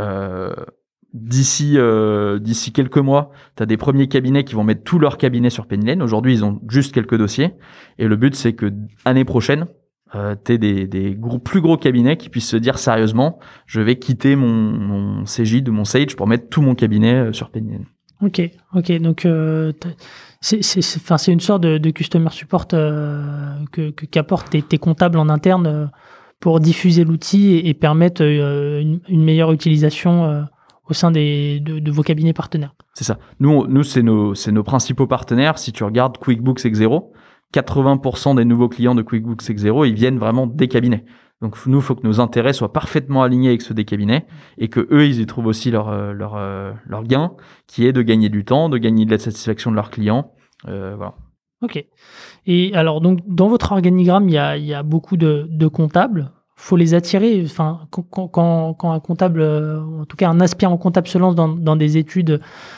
d'ici quelques mois, tu as des premiers cabinets qui vont mettre tous leurs cabinets sur Penny Lane. Aujourd'hui, ils ont juste quelques dossiers. Et le but, c'est que année prochaine, t'aies des plus gros cabinets qui puissent se dire sérieusement, je vais quitter mon Cegid ou mon Sage pour mettre tout mon cabinet sur Penny Lane. Ok. Donc, c'est une sorte de customer support qu'apportent tes comptables en interne pour diffuser l'outil et permettre une meilleure utilisation au sein de vos cabinets partenaires. C'est ça. Nous c'est nos principaux partenaires. Si tu regardes QuickBooks Xero, 80% des nouveaux clients de QuickBooks Xero, ils viennent vraiment des cabinets. Donc nous, il faut que nos intérêts soient parfaitement alignés avec ceux des cabinets et que eux, ils y trouvent aussi leur gain, qui est de gagner du temps, de gagner de la satisfaction de leurs clients. Voilà. Ok. Et alors, donc, dans votre organigramme, il y a beaucoup de comptables. Faut les attirer. Enfin, quand un comptable, en tout cas un aspirant comptable se lance dans des études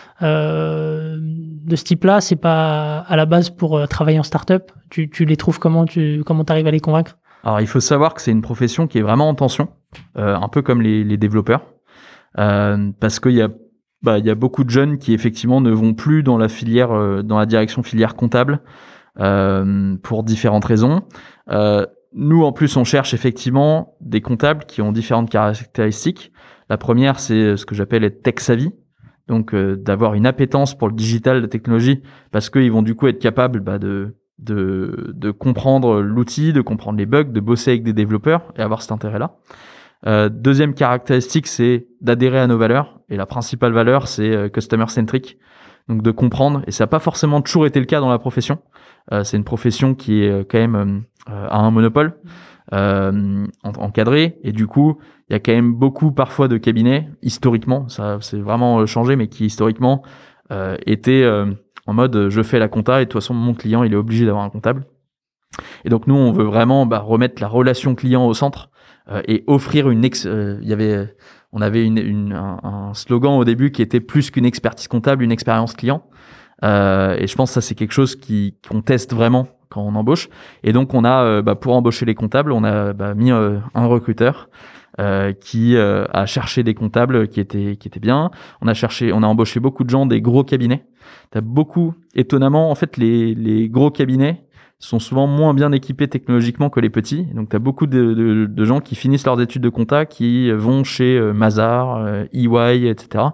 de ce type-là, c'est pas à la base pour travailler en start-up. Tu les trouves comment t'arrives à les convaincre? Alors, il faut savoir que c'est une profession qui est vraiment en tension, un peu comme les développeurs, parce qu'il y a beaucoup de jeunes qui effectivement ne vont plus dans la filière, dans la direction filière comptable, pour différentes raisons. Nous, en plus, on cherche effectivement des comptables qui ont différentes caractéristiques. La première, c'est ce que j'appelle être tech savvy. Donc, d'avoir une appétence pour le digital, la technologie, parce qu'ils vont du coup être capables de comprendre l'outil, de comprendre les bugs, de bosser avec des développeurs et avoir cet intérêt-là. Deuxième caractéristique, c'est d'adhérer à nos valeurs. Et la principale valeur, c'est customer centric. Donc, de comprendre. Et ça n'a pas forcément toujours été le cas dans la profession. C'est une profession qui est quand même à un monopole encadré. Et du coup, il y a quand même beaucoup parfois de cabinets, historiquement, ça c'est vraiment changé, mais qui historiquement étaient en mode je fais la compta et de toute façon mon client il est obligé d'avoir un comptable. Et donc nous on veut vraiment remettre la relation client au centre et offrir on avait un slogan au début qui était plus qu'une expertise comptable, une expérience client. Et je pense que ça c'est quelque chose qu'on teste vraiment quand on embauche. Et donc on a pour embaucher les comptables, on a mis un recruteur qui a cherché des comptables qui étaient bien. On a embauché beaucoup de gens des gros cabinets. Étonnamment, en fait, les gros cabinets sont souvent moins bien équipés technologiquement que les petits. Donc, tu as beaucoup de gens qui finissent leurs études de compta, qui vont chez Mazars, EY, etc.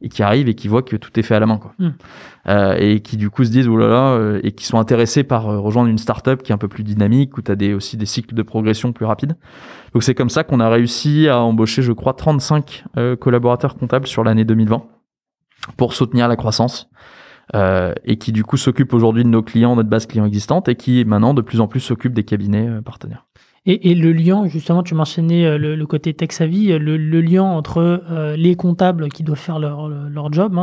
et qui arrivent et qui voient que tout est fait à la main, quoi. Et qui du coup se disent et qui sont intéressés par rejoindre une startup qui est un peu plus dynamique, où tu as aussi des cycles de progression plus rapides. Donc c'est comme ça qu'on a réussi à embaucher, je crois, 35 collaborateurs comptables sur l'année 2020 pour soutenir la croissance, et qui du coup s'occupent aujourd'hui de nos clients, notre base client existante, et qui maintenant de plus en plus s'occupent des cabinets partenaires. Et le lien, justement, tu mentionnais le côté tech savvy, le lien entre les comptables qui doivent faire leur job,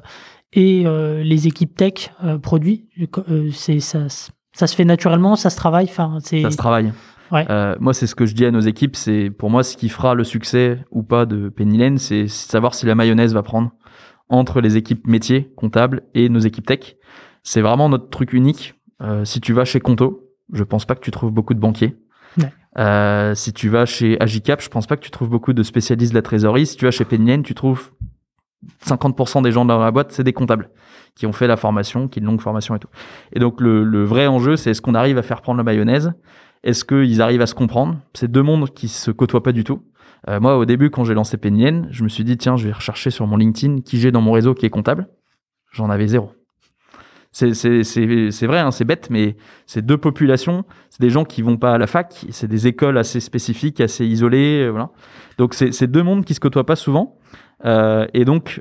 et les équipes tech produits, ça se fait naturellement, ça se travaille. Ça se travaille. Ouais. Moi, c'est ce que je dis à nos équipes, c'est pour moi ce qui fera le succès ou pas de Penny Lane, c'est savoir si la mayonnaise va prendre entre les équipes métiers, comptables et nos équipes tech. C'est vraiment notre truc unique. Si tu vas chez Conto, je pense pas que tu trouves beaucoup de banquiers. Ouais. Si tu vas chez Agicap, je pense pas que tu trouves beaucoup de spécialistes de la trésorerie. Si tu vas chez Penny Lane, tu trouves 50% des gens dans la boîte, c'est des comptables qui ont fait la formation, qui ont une longue formation et tout. Et donc le vrai enjeu, c'est est-ce qu'on arrive à faire prendre la mayonnaise? Est-ce qu'ils arrivent à se comprendre? C'est deux mondes qui se côtoient pas du tout. Moi, au début, quand j'ai lancé Penny Lane, je me suis dit, tiens, je vais rechercher sur mon LinkedIn qui j'ai dans mon réseau qui est comptable. J'en avais 0. C'est vrai, hein, c'est bête, mais c'est deux populations. C'est des gens qui vont pas à la fac. C'est des écoles assez spécifiques, assez isolées. Voilà. Donc, c'est deux mondes qui se côtoient pas souvent. Et donc,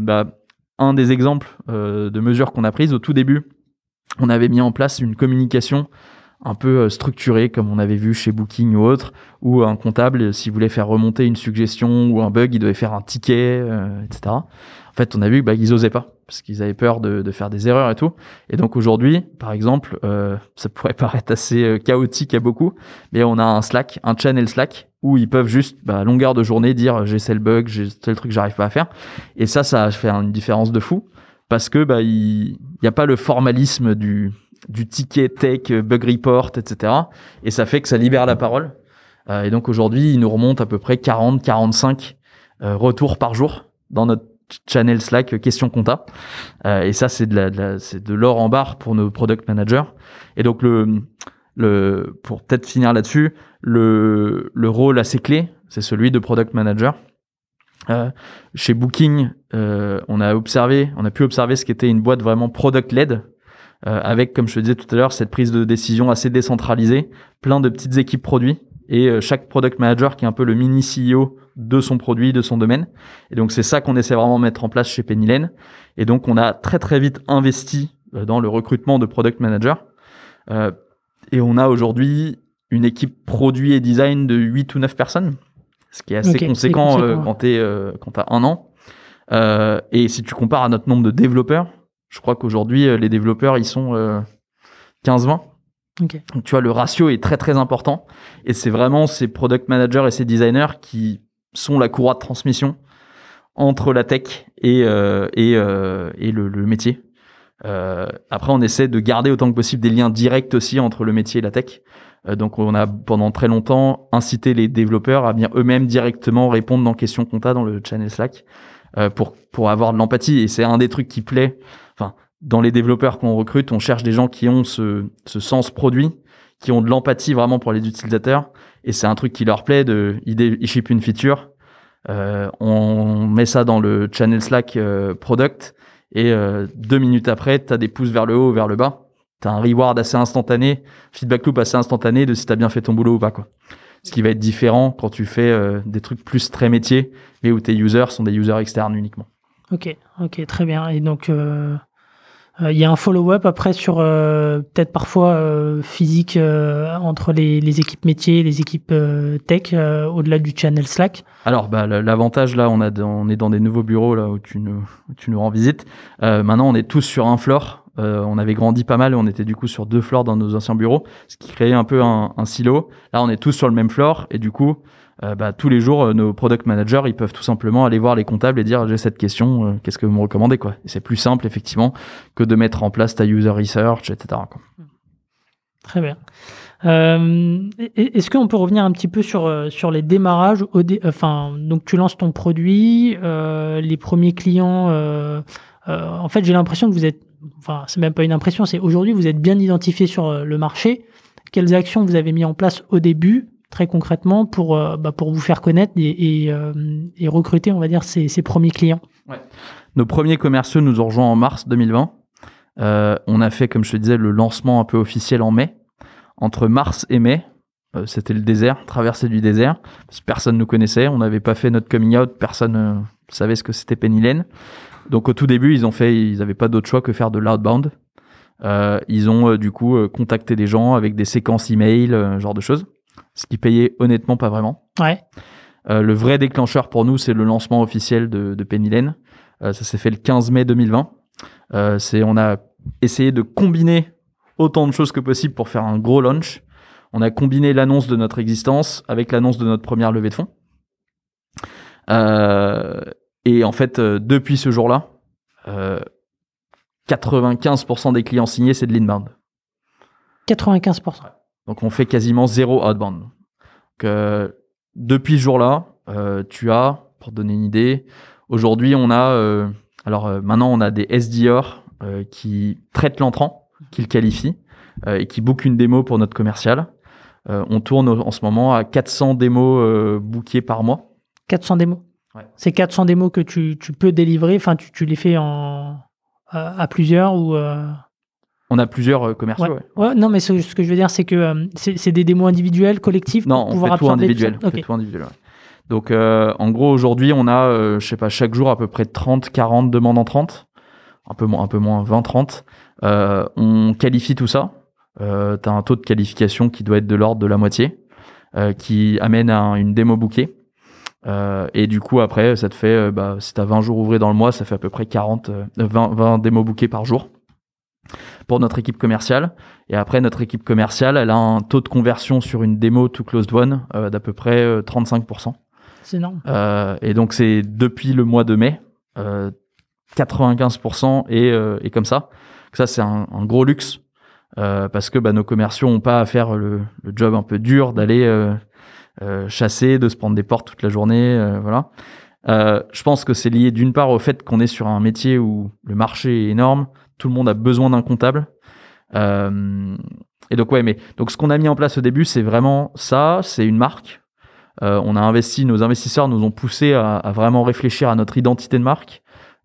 un des exemples de mesures qu'on a prises au tout début, on avait mis en place une communication un peu structurée, comme on avait vu chez Booking ou autre, où un comptable, s'il voulait faire remonter une suggestion ou un bug, il devait faire un ticket, etc. En fait, on a vu qu'ils osaient pas, parce qu'ils avaient peur de faire des erreurs et tout. Et donc aujourd'hui, par exemple, ça pourrait paraître assez chaotique à beaucoup, mais on a un Slack, un channel Slack, où ils peuvent juste, à longueur de journée, dire j'ai tel bug, j'ai tel truc que j'arrive pas à faire. Et ça fait une différence de fou, parce que il y a pas le formalisme du ticket tech, bug report, etc. Et ça fait que ça libère la parole. Et donc aujourd'hui, il nous remonte à peu près 40-45 retours par jour dans notre channel Slack question compta. Et ça, c'est de l'or en barre pour nos product managers. Et donc pour peut-être finir là-dessus, le rôle assez clé, c'est celui de product manager. Chez Booking, on a pu observer ce qu'était une boîte vraiment product-led, avec, comme je te disais tout à l'heure, cette prise de décision assez décentralisée, plein de petites équipes produits, et chaque product manager qui est un peu le mini CEO de son produit, de son domaine. Et donc c'est ça qu'on essaie vraiment de mettre en place chez Penny Lane. Et donc on a très très vite investi dans le recrutement de product managers. Et on a aujourd'hui une équipe produit et design de 8 ou 9 personnes, ce qui est assez conséquent quand t'as 1 an. Et si tu compares à notre nombre de développeurs, je crois qu'aujourd'hui, les développeurs, ils sont 15-20. Okay. Donc, tu vois, le ratio est très, très important. Et c'est vraiment ces product managers et ces designers qui sont la courroie de transmission entre la tech et le métier. Après, on essaie de garder autant que possible des liens directs aussi entre le métier et la tech. Donc, on a pendant très longtemps incité les développeurs à venir eux-mêmes directement répondre dans questions compta dans le channel Slack pour avoir de l'empathie. Et c'est un des trucs qui plaît. Enfin, dans les développeurs qu'on recrute, on cherche des gens qui ont ce sens produit, qui ont de l'empathie vraiment pour les utilisateurs. Et c'est un truc qui leur plaît. Ils ship une feature, on met ça dans le channel Slack product, et 2 minutes après, t'as des pouces vers le haut ou vers le bas. T'as un reward assez instantané, feedback loop assez instantané de si t'as bien fait ton boulot ou pas, quoi. Ce qui va être différent quand tu fais des trucs plus très métiers, mais où tes users sont des users externes uniquement. Ok, très bien. Et donc, il y a un follow-up après sur peut-être parfois physique entre les équipes métiers et les équipes tech au-delà du channel Slack. Alors, l'avantage là, on est dans des nouveaux bureaux là où tu nous rends visite. Maintenant, on est tous sur un floor. On avait grandi pas mal et on était du coup sur 2 floors dans nos anciens bureaux, ce qui créait un peu un silo. Là, on est tous sur le même floor et du coup, tous les jours, nos product managers, ils peuvent tout simplement aller voir les comptables et dire j'ai cette question, qu'est-ce que vous me recommandez, quoi. Et c'est plus simple effectivement que de mettre en place ta user research, etc., quoi. Très bien. Est-ce qu'on peut revenir un petit peu sur les démarrages donc tu lances ton produit, les premiers clients. En fait, j'ai l'impression que vous êtes. Enfin, c'est même pas une impression, c'est aujourd'hui vous êtes bien identifié sur le marché. Quelles actions vous avez mis en place au début, très concrètement pour vous faire connaître et recruter, on va dire, ces premiers clients? Nos premiers commerciaux nous ont rejoints en mars 2020. On a fait, comme je te disais, le lancement un peu officiel en mai. Entre mars et mai, c'était le désert, traversée du désert. Parce que personne ne nous connaissait, on n'avait pas fait notre coming out, personne savait ce que c'était Penny Lane. Donc au tout début, ils n'avaient pas d'autre choix que faire de l'outbound. Ils ont du coup contacté des gens avec des séquences email, genre de choses, ce qui payait honnêtement pas vraiment. Ouais. Le vrai déclencheur pour nous, c'est le lancement officiel de Penny Lane. Ça s'est fait le 15 mai 2020. On a essayé de combiner autant de choses que possible pour faire un gros launch. On a combiné l'annonce de notre existence avec l'annonce de notre première levée de fonds. Et en fait, depuis ce jour-là, 95% des clients signés, c'est de l'inbound. 95%. Donc, on fait quasiment zéro outbound. Donc, depuis ce jour-là, pour te donner une idée, aujourd'hui, on a... maintenant, on a des SDR qui traitent l'entrant, qui le qualifient et qui bookent une démo pour notre commercial. On tourne en ce moment à 400 démos bookées par mois. 400 démos. Ouais. C'est 400 démos que tu peux délivrer, enfin tu les fais à plusieurs ou On a plusieurs commerciaux. Ouais. Ouais, non, mais ce que je veux dire, c'est que c'est des démos individuelles, collectives. Non, on fait tout individuel. Okay. Ouais. Donc, en gros, aujourd'hui, on a, chaque jour, à peu près 30, 40 demandes entrantes. Un peu moins, 20, 30. On qualifie tout ça. T'as un taux de qualification qui doit être de l'ordre de la moitié, qui amène à une démo bookée. Et du coup, après, ça te fait, si t'as 20 jours ouvrés dans le mois, ça fait à peu près 20 démos bookées par jour pour notre équipe commerciale. Et après, notre équipe commerciale, elle a un taux de conversion sur une démo to closed one d'à peu près 35%. C'est énorme. Et donc, c'est depuis le mois de mai, 95% et comme ça. Ça, c'est un gros luxe parce que nos commerciaux n'ont pas à faire le job un peu dur d'aller chasser, de se prendre des portes toute la journée. Voilà. Je pense que c'est lié d'une part au fait qu'on est sur un métier où le marché est énorme, tout le monde a besoin d'un comptable. Et donc, donc ce qu'on a mis en place au début, c'est vraiment ça, c'est une marque. On a investi, nos investisseurs nous ont poussé à vraiment réfléchir à notre identité de marque.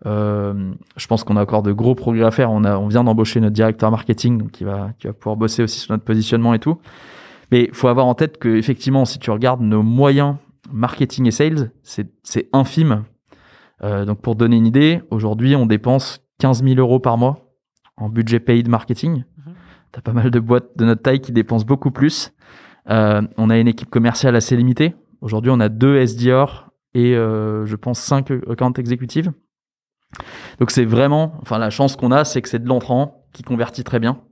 Je pense qu'on a encore de gros progrès à faire. On vient d'embaucher notre directeur marketing, donc qui va pouvoir bosser aussi sur notre positionnement et tout. Mais il faut avoir en tête que effectivement, si tu regardes nos moyens marketing et sales, c'est infime. Donc pour donner une idée, aujourd'hui, on dépense 15 000 € par mois en budget paid marketing. T'as pas mal de boîtes de notre taille qui dépensent beaucoup plus. On a une équipe commerciale assez limitée. Aujourd'hui, on a 2 SDR et je pense 5 account exécutives. Donc c'est vraiment, la chance qu'on a, c'est que c'est de l'entrant qui convertit très bien.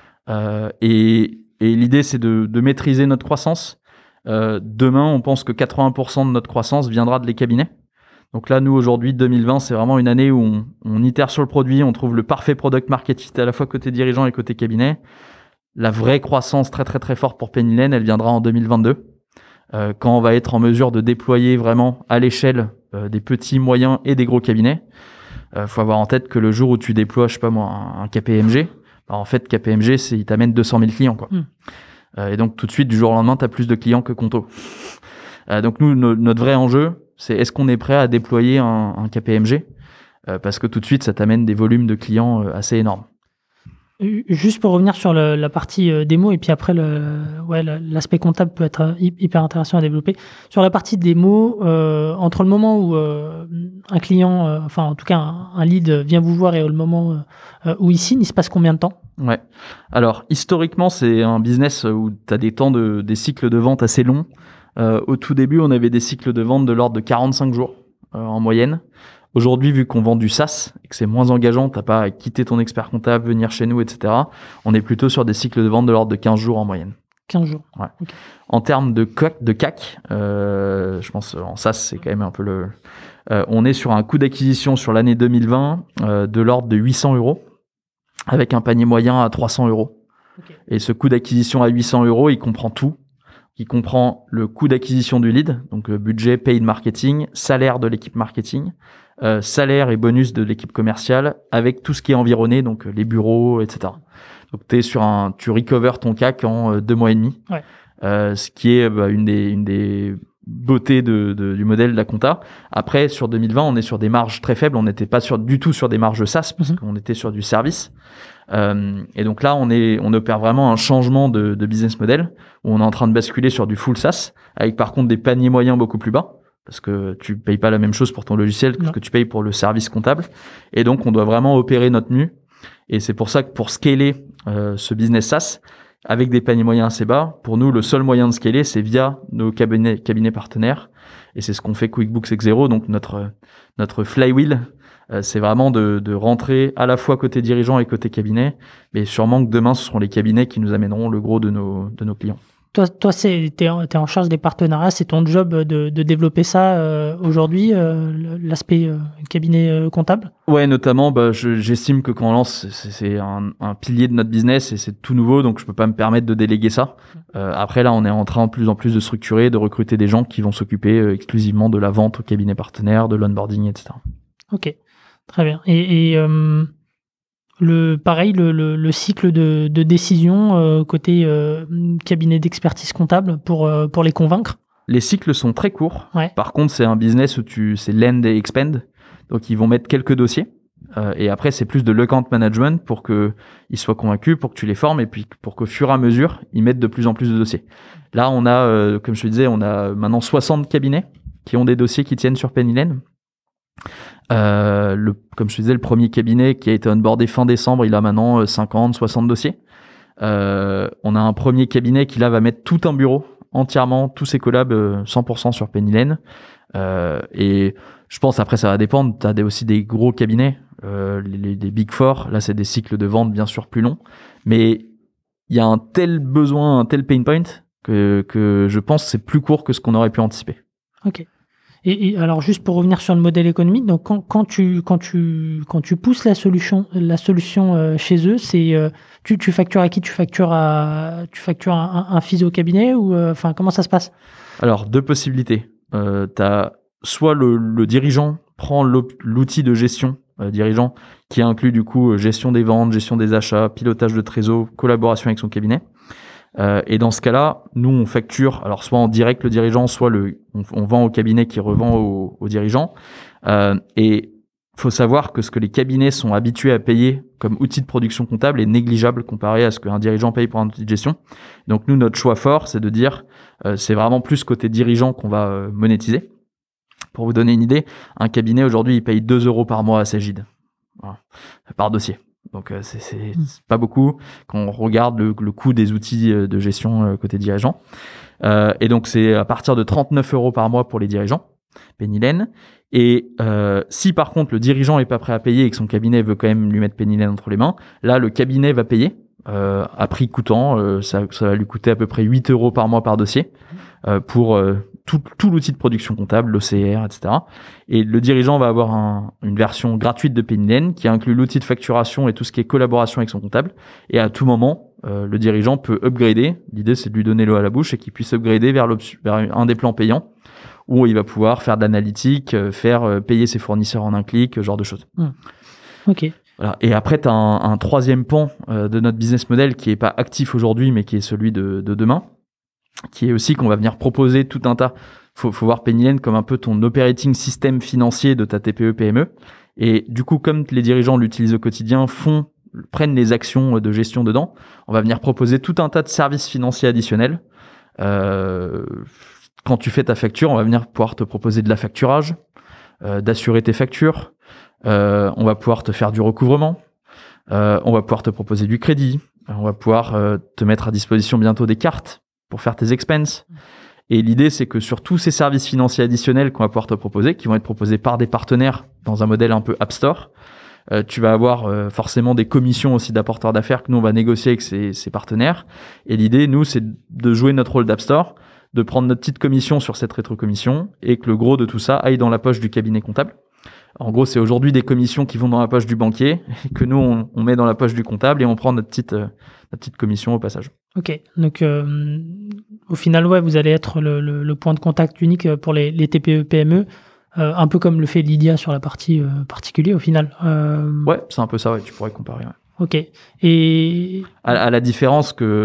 Et l'idée, c'est de maîtriser notre croissance. Demain, on pense que 80% de notre croissance viendra de les cabinets. Donc là, nous, aujourd'hui, 2020, c'est vraiment une année où on itère sur le produit, on trouve le parfait product market fit à la fois côté dirigeant et côté cabinet. La vraie croissance très, très, très forte pour Penny Lane, elle viendra en 2022, quand on va être en mesure de déployer vraiment à l'échelle des petits, moyens et des gros cabinets. Faut avoir en tête que le jour où tu déploies, je sais pas moi, un KPMG, en fait, KPMG, il t'amène 200 000 clients, quoi. Et donc, tout de suite, du jour au lendemain, tu as plus de clients que Conto. Donc, nous, notre vrai enjeu, c'est est-ce qu'on est prêt à déployer un KPMG parce que tout de suite, ça t'amène des volumes de clients assez énormes. Juste pour revenir sur la partie démo, et puis après, l'aspect comptable peut être hyper intéressant à développer. Sur la partie démo, entre le moment où un client, en tout cas un lead vient vous voir et le moment où il signe, il se passe combien de temps ? Ouais. Alors, historiquement, c'est un business où tu as des cycles de vente assez longs. Au tout début, on avait des cycles de vente de l'ordre de 45 jours en moyenne. Aujourd'hui, vu qu'on vend du SaaS et que c'est moins engageant, t'as pas à quitter ton expert comptable, venir chez nous, etc. On est plutôt sur des cycles de vente de l'ordre de 15 jours en moyenne. 15 jours. Ouais. Okay. En termes de CAC, je pense en SaaS, c'est quand même un peu on est sur un coût d'acquisition sur l'année 2020 de l'ordre de 800 €, avec un panier moyen à 300 €. Okay. Et ce coût d'acquisition à 800 €, il comprend tout. Il comprend le coût d'acquisition du lead, donc budget, paid marketing, salaire de l'équipe marketing, salaire et bonus de l'équipe commerciale, avec tout ce qui est environné, donc les bureaux, etc. Donc tu recovers ton CAC en 2 mois et demi. Ouais. ce qui est une des beautés du modèle de la compta. Après, sur 2020, on est sur des marges très faibles. On n'était pas du tout sur des marges SaaS parce qu'on était sur du service. Et donc là, on opère vraiment un changement de business model où on est en train de basculer sur du full SaaS avec par contre des paniers moyens beaucoup plus bas parce que tu payes pas la même chose pour ton logiciel que ce que tu payes pour le service comptable. Et donc, on doit vraiment opérer notre mue. Et c'est pour ça que pour scaler ce business SaaS avec des paniers moyens assez bas, pour nous, le seul moyen de scaler, c'est via nos cabinets partenaires. Et c'est ce qu'on fait QuickBooks Xero. Donc, notre flywheel, c'est vraiment de rentrer à la fois côté dirigeant et côté cabinet. Mais sûrement que demain, ce seront les cabinets qui nous amèneront le gros de nos clients. Toi, t'es en charge des partenariats, c'est ton job de développer ça aujourd'hui, l'aspect cabinet comptable? Ouais, notamment, j'estime que quand on lance, c'est un pilier de notre business et c'est tout nouveau, donc je peux pas me permettre de déléguer ça. Après, là, on est en train de plus en plus de structurer, de recruter des gens qui vont s'occuper exclusivement de la vente au cabinet partenaire, de l'onboarding, etc. Ok, très bien. Et le cycle de décision côté cabinet d'expertise comptable pour les convaincre? Les cycles sont très courts. Ouais. Par contre, c'est un business où c'est lend et expand. Donc, ils vont mettre quelques dossiers. Et après, c'est plus de l'account management pour qu'ils soient convaincus, pour que tu les formes et puis pour qu'au fur et à mesure, ils mettent de plus en plus de dossiers. Là, on a, comme je te disais, on a maintenant 60 cabinets qui ont des dossiers qui tiennent sur Pennylen. Comme je te disais, le premier cabinet qui a été onboardé fin décembre, il a maintenant 50, 60 dossiers. On a un premier cabinet qui là va mettre tout un bureau entièrement, tous ses collabs 100% sur Pennylen. Et je pense après ça va dépendre. T'as aussi des gros cabinets, les Big Four. Là, c'est des cycles de vente bien sûr plus longs, mais il y a un tel besoin, un tel pain point que je pense que c'est plus court que ce qu'on aurait pu anticiper. Ok. Et alors juste pour revenir sur le modèle économique, donc quand tu pousses la solution chez eux, c'est tu factures à qui? Tu factures un physio cabinet ou enfin comment ça se passe? Alors deux possibilités. T'as soit le dirigeant prend l'outil de gestion dirigeant qui inclut du coup gestion des ventes, gestion des achats, pilotage de trésor, collaboration avec son cabinet. Et dans ce cas-là, nous on facture, alors soit en direct le dirigeant, soit on vend au cabinet qui revend au dirigeant. Et faut savoir que ce que les cabinets sont habitués à payer comme outil de production comptable est négligeable comparé à ce qu'un dirigeant paye pour un outil de gestion. Donc nous, notre choix fort, c'est de dire c'est vraiment plus côté dirigeant qu'on va monétiser. Pour vous donner une idée, un cabinet aujourd'hui, il paye 2 € par mois à Cegid, voilà, par dossier. Donc c'est pas beaucoup quand on regarde le coût des outils de gestion côté dirigeant. Et donc c'est à partir de 39 € par mois pour les dirigeants, Pennylen. Et si par contre le dirigeant est pas prêt à payer et que son cabinet veut quand même lui mettre Pennylen entre les mains, là le cabinet va payer à prix coûtant. Ça va lui coûter à peu près 8 € par mois par dossier pour tout l'outil de production comptable, l'OCR, etc. Et le dirigeant va avoir une version gratuite de Pennylen qui inclut l'outil de facturation et tout ce qui est collaboration avec son comptable. Et à tout moment, le dirigeant peut upgrader. L'idée, c'est de lui donner l'eau à la bouche et qu'il puisse upgrader vers un des plans payants où il va pouvoir faire de l'analytique, faire payer ses fournisseurs en un clic, ce genre de choses. Ok. Voilà. Et après, tu as un troisième pan de notre business model qui est pas actif aujourd'hui, mais qui est celui de demain, qui est aussi qu'on va venir proposer tout un tas. Faut voir Pennylen comme un peu ton operating system financier de ta TPE-PME. Et du coup, comme les dirigeants l'utilisent au quotidien, prennent les actions de gestion dedans, on va venir proposer tout un tas de services financiers additionnels. Quand tu fais ta facture, on va venir pouvoir te proposer de l'affacturage, d'assurer tes factures. On va pouvoir te faire du recouvrement. On va pouvoir te proposer du crédit. On va pouvoir te mettre à disposition bientôt des cartes pour faire tes expenses. Et l'idée, c'est que sur tous ces services financiers additionnels qu'on va pouvoir te proposer, qui vont être proposés par des partenaires dans un modèle un peu App Store, tu vas avoir forcément des commissions aussi d'apporteurs d'affaires que nous, on va négocier avec ces partenaires. Et l'idée, nous, c'est de jouer notre rôle d'App Store, de prendre notre petite commission sur cette rétrocommission et que le gros de tout ça aille dans la poche du cabinet comptable. En gros, c'est aujourd'hui des commissions qui vont dans la poche du banquier et que nous, on met dans la poche du comptable et on prend notre petite commission au passage. Ok, donc au final, ouais, vous allez être le point de contact unique pour les TPE-PME, un peu comme le fait Lydia sur la partie particulier au final. Ouais, c'est un peu ça, ouais, tu pourrais comparer. Ouais. Ok, et... À la différence que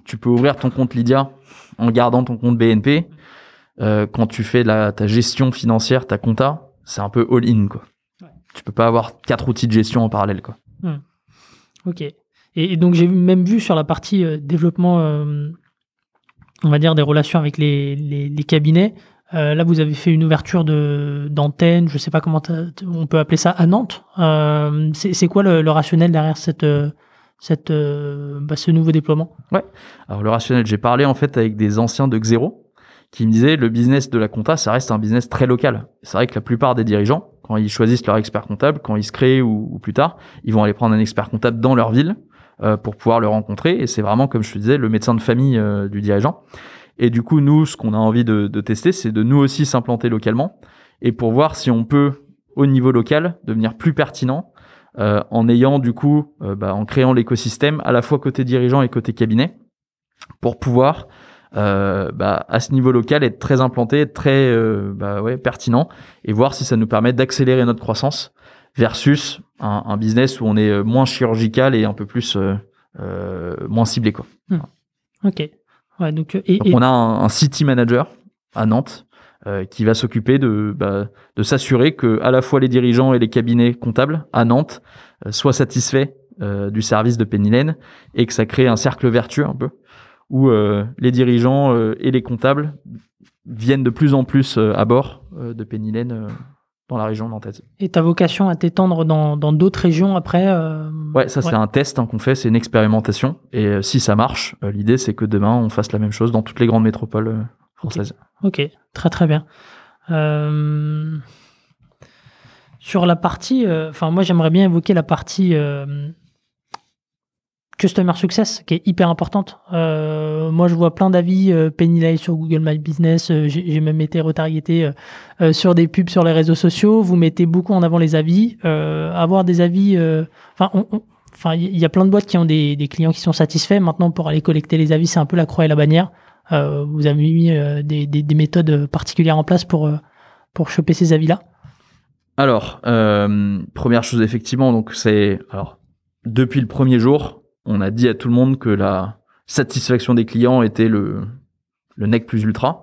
tu peux ouvrir ton compte Lydia en gardant ton compte BNP. Quand tu fais ta gestion financière, ta compta, c'est un peu all-in, quoi. Ouais. Tu peux pas avoir 4 outils de gestion en parallèle, quoi. Ok. Et donc, j'ai même vu sur la partie développement, on va dire, des relations avec les cabinets. Là, vous avez fait une ouverture d'antenne, je sais pas comment on peut appeler ça, à Nantes. C'est quoi le rationnel derrière ce nouveau déploiement? Ouais. Alors, le rationnel, j'ai parlé en fait avec des anciens de Xero qui me disaient le business de la compta, ça reste un business très local. C'est vrai que la plupart des dirigeants, quand ils choisissent leur expert comptable, quand ils se créent ou plus tard, ils vont aller prendre un expert comptable dans leur ville pour pouvoir le rencontrer. Et c'est vraiment, comme je te disais, le médecin de famille du dirigeant. Et du coup, nous, ce qu'on a envie de tester, c'est de nous aussi s'implanter localement et pour voir si on peut, au niveau local, devenir plus pertinent en ayant du coup, en créant l'écosystème à la fois côté dirigeant et côté cabinet pour pouvoir à ce niveau local être très implanté, être très pertinent et voir si ça nous permet d'accélérer notre croissance versus un business où on est moins chirurgical et un peu plus moins ciblé, quoi. Ok. Ouais, donc on a un city manager à Nantes qui va s'occuper de s'assurer que à la fois les dirigeants et les cabinets comptables à Nantes soient satisfaits du service de Penny Lane et que ça crée un cercle vertueux un peu où les dirigeants et les comptables viennent de plus en plus à bord de Penny Lane dans la région nantaise. Et ta vocation à t'étendre dans d'autres régions après Ouais, ça c'est un test qu'on fait, c'est une expérimentation. Et si ça marche, l'idée c'est que demain on fasse la même chose dans toutes les grandes métropoles françaises. Ok, très très bien. Sur la partie, moi j'aimerais bien évoquer la partie Customer Success, qui est hyper importante. Moi, je vois plein d'avis Penny Lane sur Google My Business. J'ai même été retargeté sur des pubs sur les réseaux sociaux. Vous mettez beaucoup en avant les avis. Avoir des avis... il y a plein de boîtes qui ont des clients qui sont satisfaits. Maintenant, pour aller collecter les avis, c'est un peu la croix et la bannière. Vous avez mis des méthodes particulières en place pour choper ces avis-là? Alors, première chose, effectivement, donc depuis le premier jour, on a dit à tout le monde que la satisfaction des clients était le nec plus ultra.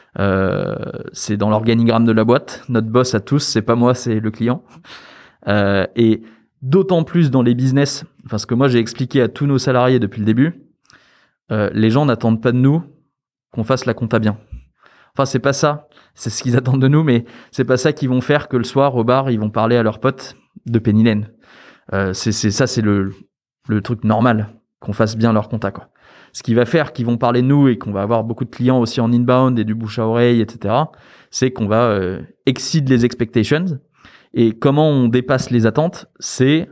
C'est dans l'organigramme de la boîte. Notre boss à tous, c'est pas moi, c'est le client. Et d'autant plus dans les business, ce que moi j'ai expliqué à tous nos salariés depuis le début, les gens n'attendent pas de nous qu'on fasse la compta bien. Enfin, c'est pas ça. C'est ce qu'ils attendent de nous, mais c'est pas ça qu'ils vont faire que le soir au bar, ils vont parler à leurs potes de Penny Lane. C'est le truc normal, qu'on fasse bien leur compta, quoi. Ce qui va faire qu'ils vont parler de nous et qu'on va avoir beaucoup de clients aussi en inbound et du bouche à oreille, etc., c'est qu'on va exceed les expectations. Et comment on dépasse les attentes, c'est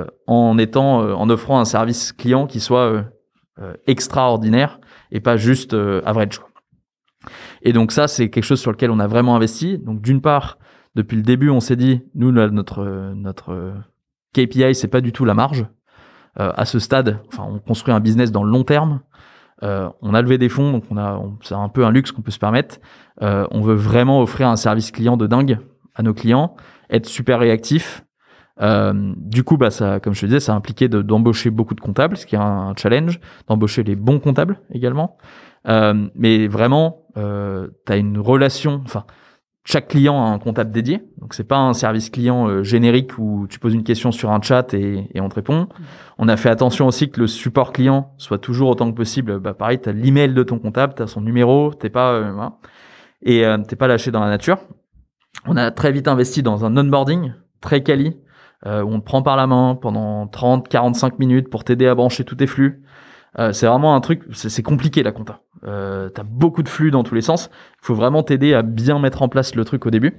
en offrant un service client qui soit extraordinaire et pas juste average, quoi. Et donc ça, c'est quelque chose sur lequel on a vraiment investi. Donc d'une part, depuis le début, on s'est dit, nous, notre KPI, c'est pas du tout la marge. À ce stade, on construit un business dans le long terme. On a levé des fonds, donc c'est un peu un luxe qu'on peut se permettre. On veut vraiment offrir un service client de dingue à nos clients, être super réactif. Du coup, ça, comme je te disais, ça a impliqué d'embaucher beaucoup de comptables, ce qui est un challenge, d'embaucher les bons comptables également. Mais vraiment, t'as une relation. Chaque client a un comptable dédié, donc c'est pas un service client générique où tu poses une question sur un chat et on te répond. On a fait attention aussi que le support client soit toujours autant que possible. Pareil, t'as l'email de ton comptable, t'as son numéro, t'es pas t'es pas lâché dans la nature. On a très vite investi dans un onboarding très quali où on te prend par la main pendant 30-45 minutes pour t'aider à brancher tous tes flux. C'est vraiment un truc, c'est compliqué la compta. T'as beaucoup de flux dans tous les sens. Il faut vraiment t'aider à bien mettre en place le truc au début.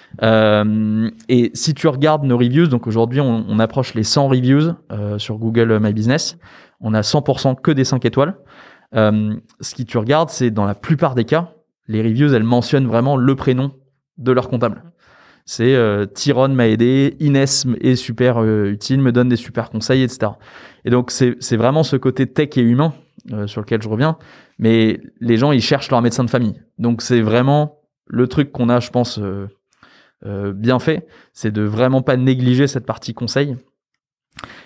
Et si tu regardes nos reviews, donc aujourd'hui on approche les 100 reviews sur Google My Business. On a 100% que des 5 étoiles. Ce qui tu regardes, c'est dans la plupart des cas, les reviews elles mentionnent vraiment le prénom de leur comptable. C'est Tyrone m'a aidé, Inès est super utile, me donne des super conseils, etc. Et donc c'est vraiment ce côté tech et humain sur lequel je reviens. Mais les gens ils cherchent leur médecin de famille. Donc c'est vraiment le truc qu'on a, je pense, bien fait, c'est de vraiment pas négliger cette partie conseil.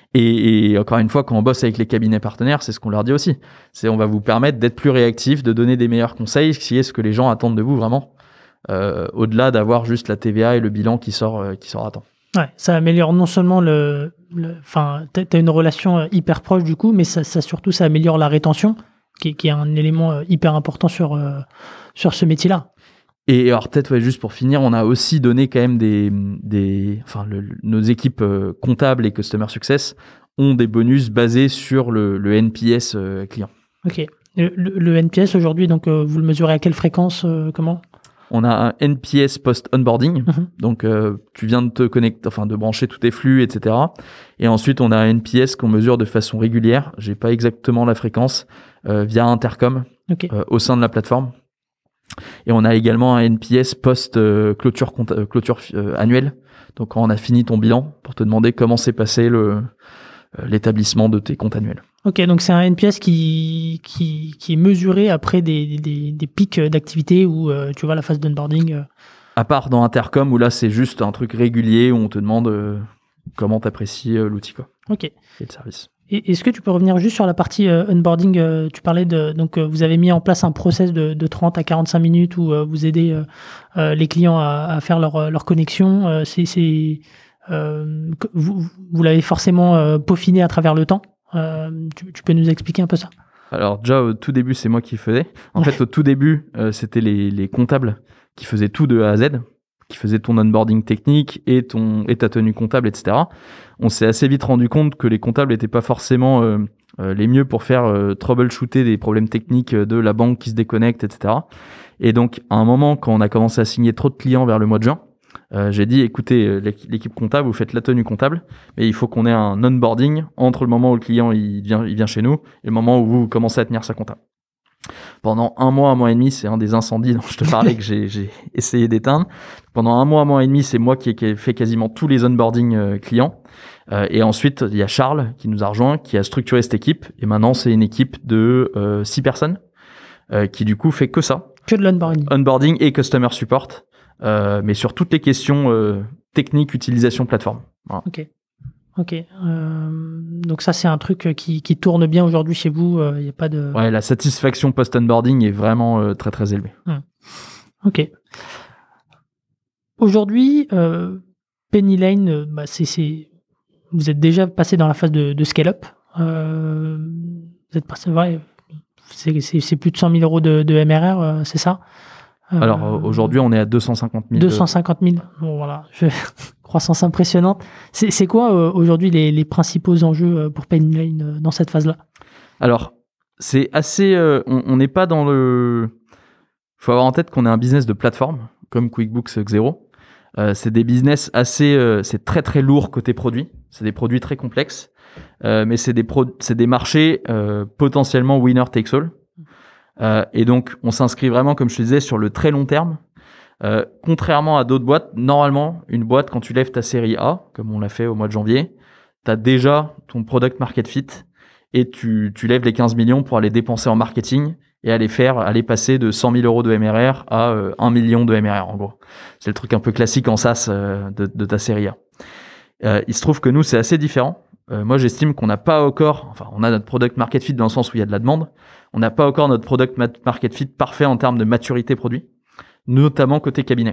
Et encore une fois, quand on bosse avec les cabinets partenaires, c'est ce qu'on leur dit aussi. C'est on va vous permettre d'être plus réactif, de donner des meilleurs conseils, ce qui est ce que les gens attendent de vous vraiment, au-delà d'avoir juste la TVA et le bilan qui sort à temps. Ouais, ça améliore non seulement enfin, t'as une relation hyper proche du coup, mais ça surtout, ça améliore la rétention, qui est un élément hyper important sur ce métier-là. Et alors peut-être juste pour finir, on a aussi donné quand même nos équipes comptables et customer success ont des bonus basés sur le NPS client. Ok. Le NPS aujourd'hui, donc vous le mesurez à quelle fréquence, comment? On a un NPS post-onboarding, donc tu viens de te connecter, de brancher tous tes flux, etc. Et ensuite, on a un NPS qu'on mesure de façon régulière, j'ai pas exactement la fréquence, via Intercom, au sein de la plateforme. Et on a également un NPS post-clôture annuelle, donc quand on a fini ton bilan, pour te demander comment s'est passé l'établissement de tes comptes annuels. Ok, donc c'est un NPS qui est mesuré après des pics d'activité ou tu vois la phase d'onboarding. À part dans Intercom où là c'est juste un truc régulier où on te demande comment t'apprécies l'outil quoi. Ok. Et le service. Et est-ce que tu peux revenir juste sur la partie onboarding? Tu parlais donc vous avez mis en place un process de 30 à 45 minutes où vous aidez les clients à faire leur connexion. Vous l'avez forcément peaufiné à travers le temps. Tu peux nous expliquer un peu ça? Alors déjà au tout début c'est moi qui faisais. En fait au tout début c'était les comptables qui faisaient tout de A à Z, qui faisaient ton onboarding technique et ta tenue comptable, etc. On s'est assez vite rendu compte que les comptables n'étaient pas forcément les mieux pour faire troubleshooter des problèmes techniques de la banque qui se déconnecte, etc. Et donc à un moment quand on a commencé à signer trop de clients vers le mois de juin, j'ai dit écoutez l'équipe comptable vous faites la tenue comptable mais il faut qu'on ait un onboarding entre le moment où le client il vient chez nous et le moment où vous commencez à tenir sa compta. Pendant un mois et demi, c'est un des incendies dont je te parlais que j'ai essayé d'éteindre. Pendant un mois et demi, c'est moi qui ai fait quasiment tous les onboarding clients. Et ensuite, il y a Charles qui nous a rejoint, qui a structuré cette équipe. Et maintenant, c'est une équipe de 6 personnes qui du coup fait que ça. Que de l'onboarding. Onboarding et customer support, mais sur toutes les questions techniques, utilisation plateforme. Voilà. Ok. Donc ça, c'est un truc qui tourne bien aujourd'hui chez vous. Il y a pas de. Ouais, la satisfaction post-onboarding est vraiment très très élevée. Ok. Aujourd'hui, Penny Lane, vous êtes déjà passé dans la phase de scale-up. Vous êtes passé, c'est plus de 100 000 euros de MRR, c'est ça? Alors aujourd'hui, on est à 250 000. 250 000. Bon, voilà. Croissance impressionnante. C'est quoi aujourd'hui les principaux enjeux pour Penny Lane dans cette phase-là? Alors, c'est assez. On n'est pas dans le. Il faut avoir en tête qu'on est un business de plateforme, comme QuickBooks Xero. C'est des business assez. C'est très très lourd côté produit. C'est des produits très complexes, mais c'est des marchés potentiellement winner takes all. Et donc, on s'inscrit vraiment, comme je te disais, sur le très long terme. Contrairement à d'autres boîtes, normalement, une boîte, quand tu lèves ta série A, comme on l'a fait au mois de janvier, tu as déjà ton product market fit et tu lèves les 15 millions pour aller dépenser en marketing et aller passer de 100 000 euros de MRR à 1 million de MRR, en gros. C'est le truc un peu classique en SaaS de ta série A. Il se trouve que nous, c'est assez différent. Moi, j'estime qu'on n'a pas encore, on a notre product market fit dans le sens où il y a de la demande. On n'a pas encore notre product market fit parfait en termes de maturité produit, notamment côté cabinet.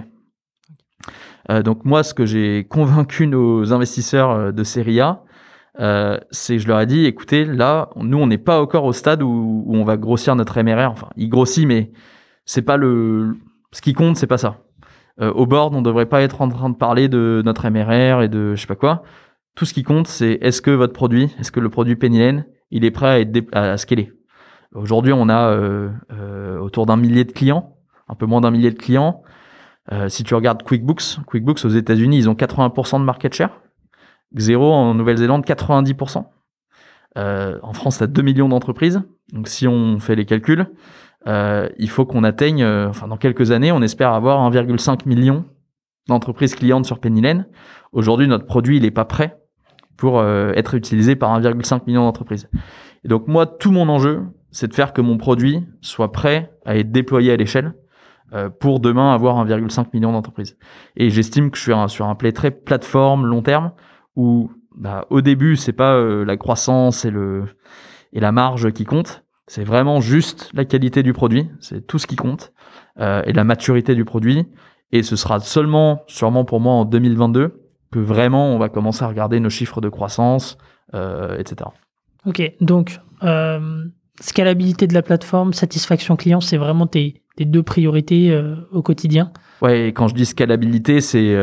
Donc moi, ce que j'ai convaincu nos investisseurs de série A, c'est que je leur ai dit, écoutez, là, nous, on n'est pas encore au stade où on va grossir notre MRR. Enfin, il grossit, mais c'est pas ce qui compte, c'est pas ça. Au board, on devrait pas être en train de parler de notre MRR et de je sais pas quoi. Tout ce qui compte, c'est est-ce que le produit Penny Lane, il est prêt à scaler. Aujourd'hui, on a autour d'1 millier de clients, un peu moins d'1 millier de clients. Si tu regardes QuickBooks aux États-Unis, ils ont 80% de market share. Xero en Nouvelle-Zélande, 90%. En France, tu as 2 millions d'entreprises. Donc, si on fait les calculs, il faut qu'on atteigne, dans quelques années, on espère avoir 1,5 million d'entreprises clientes sur Penny Lane. Aujourd'hui, notre produit, il est pas prêt pour être utilisé par 1,5 million d'entreprises. Et donc, moi, tout mon enjeu, c'est de faire que mon produit soit prêt à être déployé à l'échelle pour demain avoir 1,5 million d'entreprises. Et j'estime que je suis sur un play très plateforme, long terme, où au début, c'est pas la croissance et la marge qui compte. C'est vraiment juste la qualité du produit. C'est tout ce qui compte et la maturité du produit. Et ce sera sûrement pour moi en 2022 que vraiment on va commencer à regarder nos chiffres de croissance, etc. Ok, donc scalabilité de la plateforme, satisfaction client, c'est vraiment tes deux priorités au quotidien. Ouais, et quand je dis scalabilité, c'est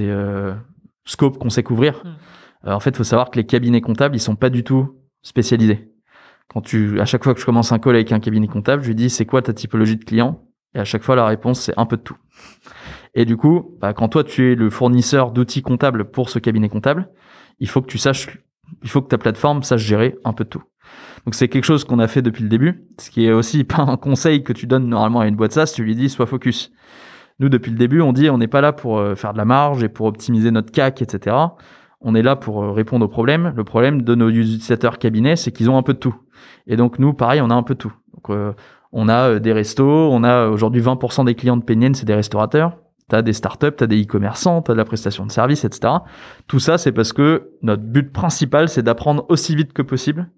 scope qu'on sait couvrir. En fait, il faut savoir que les cabinets comptables, ils sont pas du tout spécialisés. À chaque fois que je commence un call avec un cabinet comptable, je lui dis c'est quoi ta typologie de client? Et à chaque fois, la réponse, c'est un peu de tout. Et du coup, quand toi, tu es le fournisseur d'outils comptables pour ce cabinet comptable, il faut que ta plateforme sache gérer un peu de tout. Donc, c'est quelque chose qu'on a fait depuis le début, ce qui est aussi pas un conseil que tu donnes normalement à une boîte SaaS, tu lui dis sois focus. Nous, depuis le début, on dit on n'est pas là pour faire de la marge et pour optimiser notre CAC, etc. On est là pour répondre aux problèmes. Le problème de nos utilisateurs cabinets, c'est qu'ils ont un peu de tout. Et donc, nous, pareil, on a un peu de tout. Donc, on a des restos, on a aujourd'hui 20% des clients de Penien, c'est des restaurateurs. T'as des startups, t'as des e-commerçants, t'as de la prestation de services, etc. Tout ça, c'est parce que notre but principal, c'est d'apprendre aussi vite que possible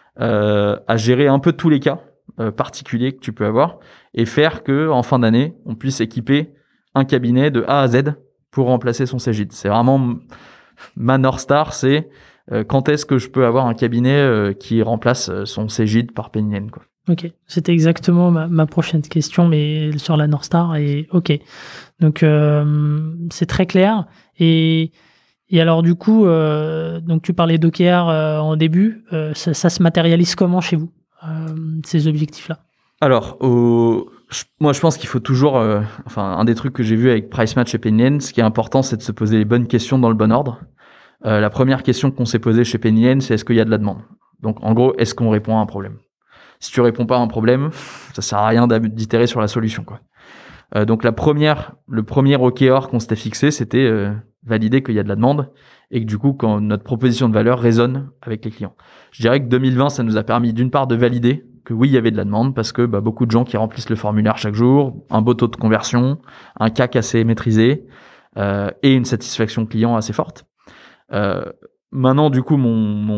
à gérer un peu tous les cas particuliers que tu peux avoir et faire que en fin d'année, on puisse équiper un cabinet de A à Z pour remplacer son Cegid. C'est vraiment ma North Star, c'est quand est-ce que je peux avoir un cabinet qui remplace son Cegid par Penien, quoi. Ok, c'était exactement ma prochaine question, mais sur la North Star. Et ok, donc c'est très clair. Et alors du coup, donc tu parlais d'OKR en début, ça se matérialise comment chez vous, ces objectifs-là? Alors, moi je pense qu'il faut toujours, un des trucs que j'ai vu avec PriceMatch et Penien, ce qui est important, c'est de se poser les bonnes questions dans le bon ordre. La première question qu'on s'est posée chez Penien, c'est est-ce qu'il y a de la demande? Donc en gros, est-ce qu'on répond à un problème? Si tu réponds pas à un problème, ça sert à rien d'itérer sur la solution, quoi. Donc le premier OKR qu'on s'était fixé, c'était valider qu'il y a de la demande et que du coup, quand notre proposition de valeur résonne avec les clients. Je dirais que 2020, ça nous a permis d'une part de valider que oui, il y avait de la demande parce que beaucoup de gens qui remplissent le formulaire chaque jour, un beau taux de conversion, un CAC assez maîtrisé et une satisfaction client assez forte. Maintenant, du coup,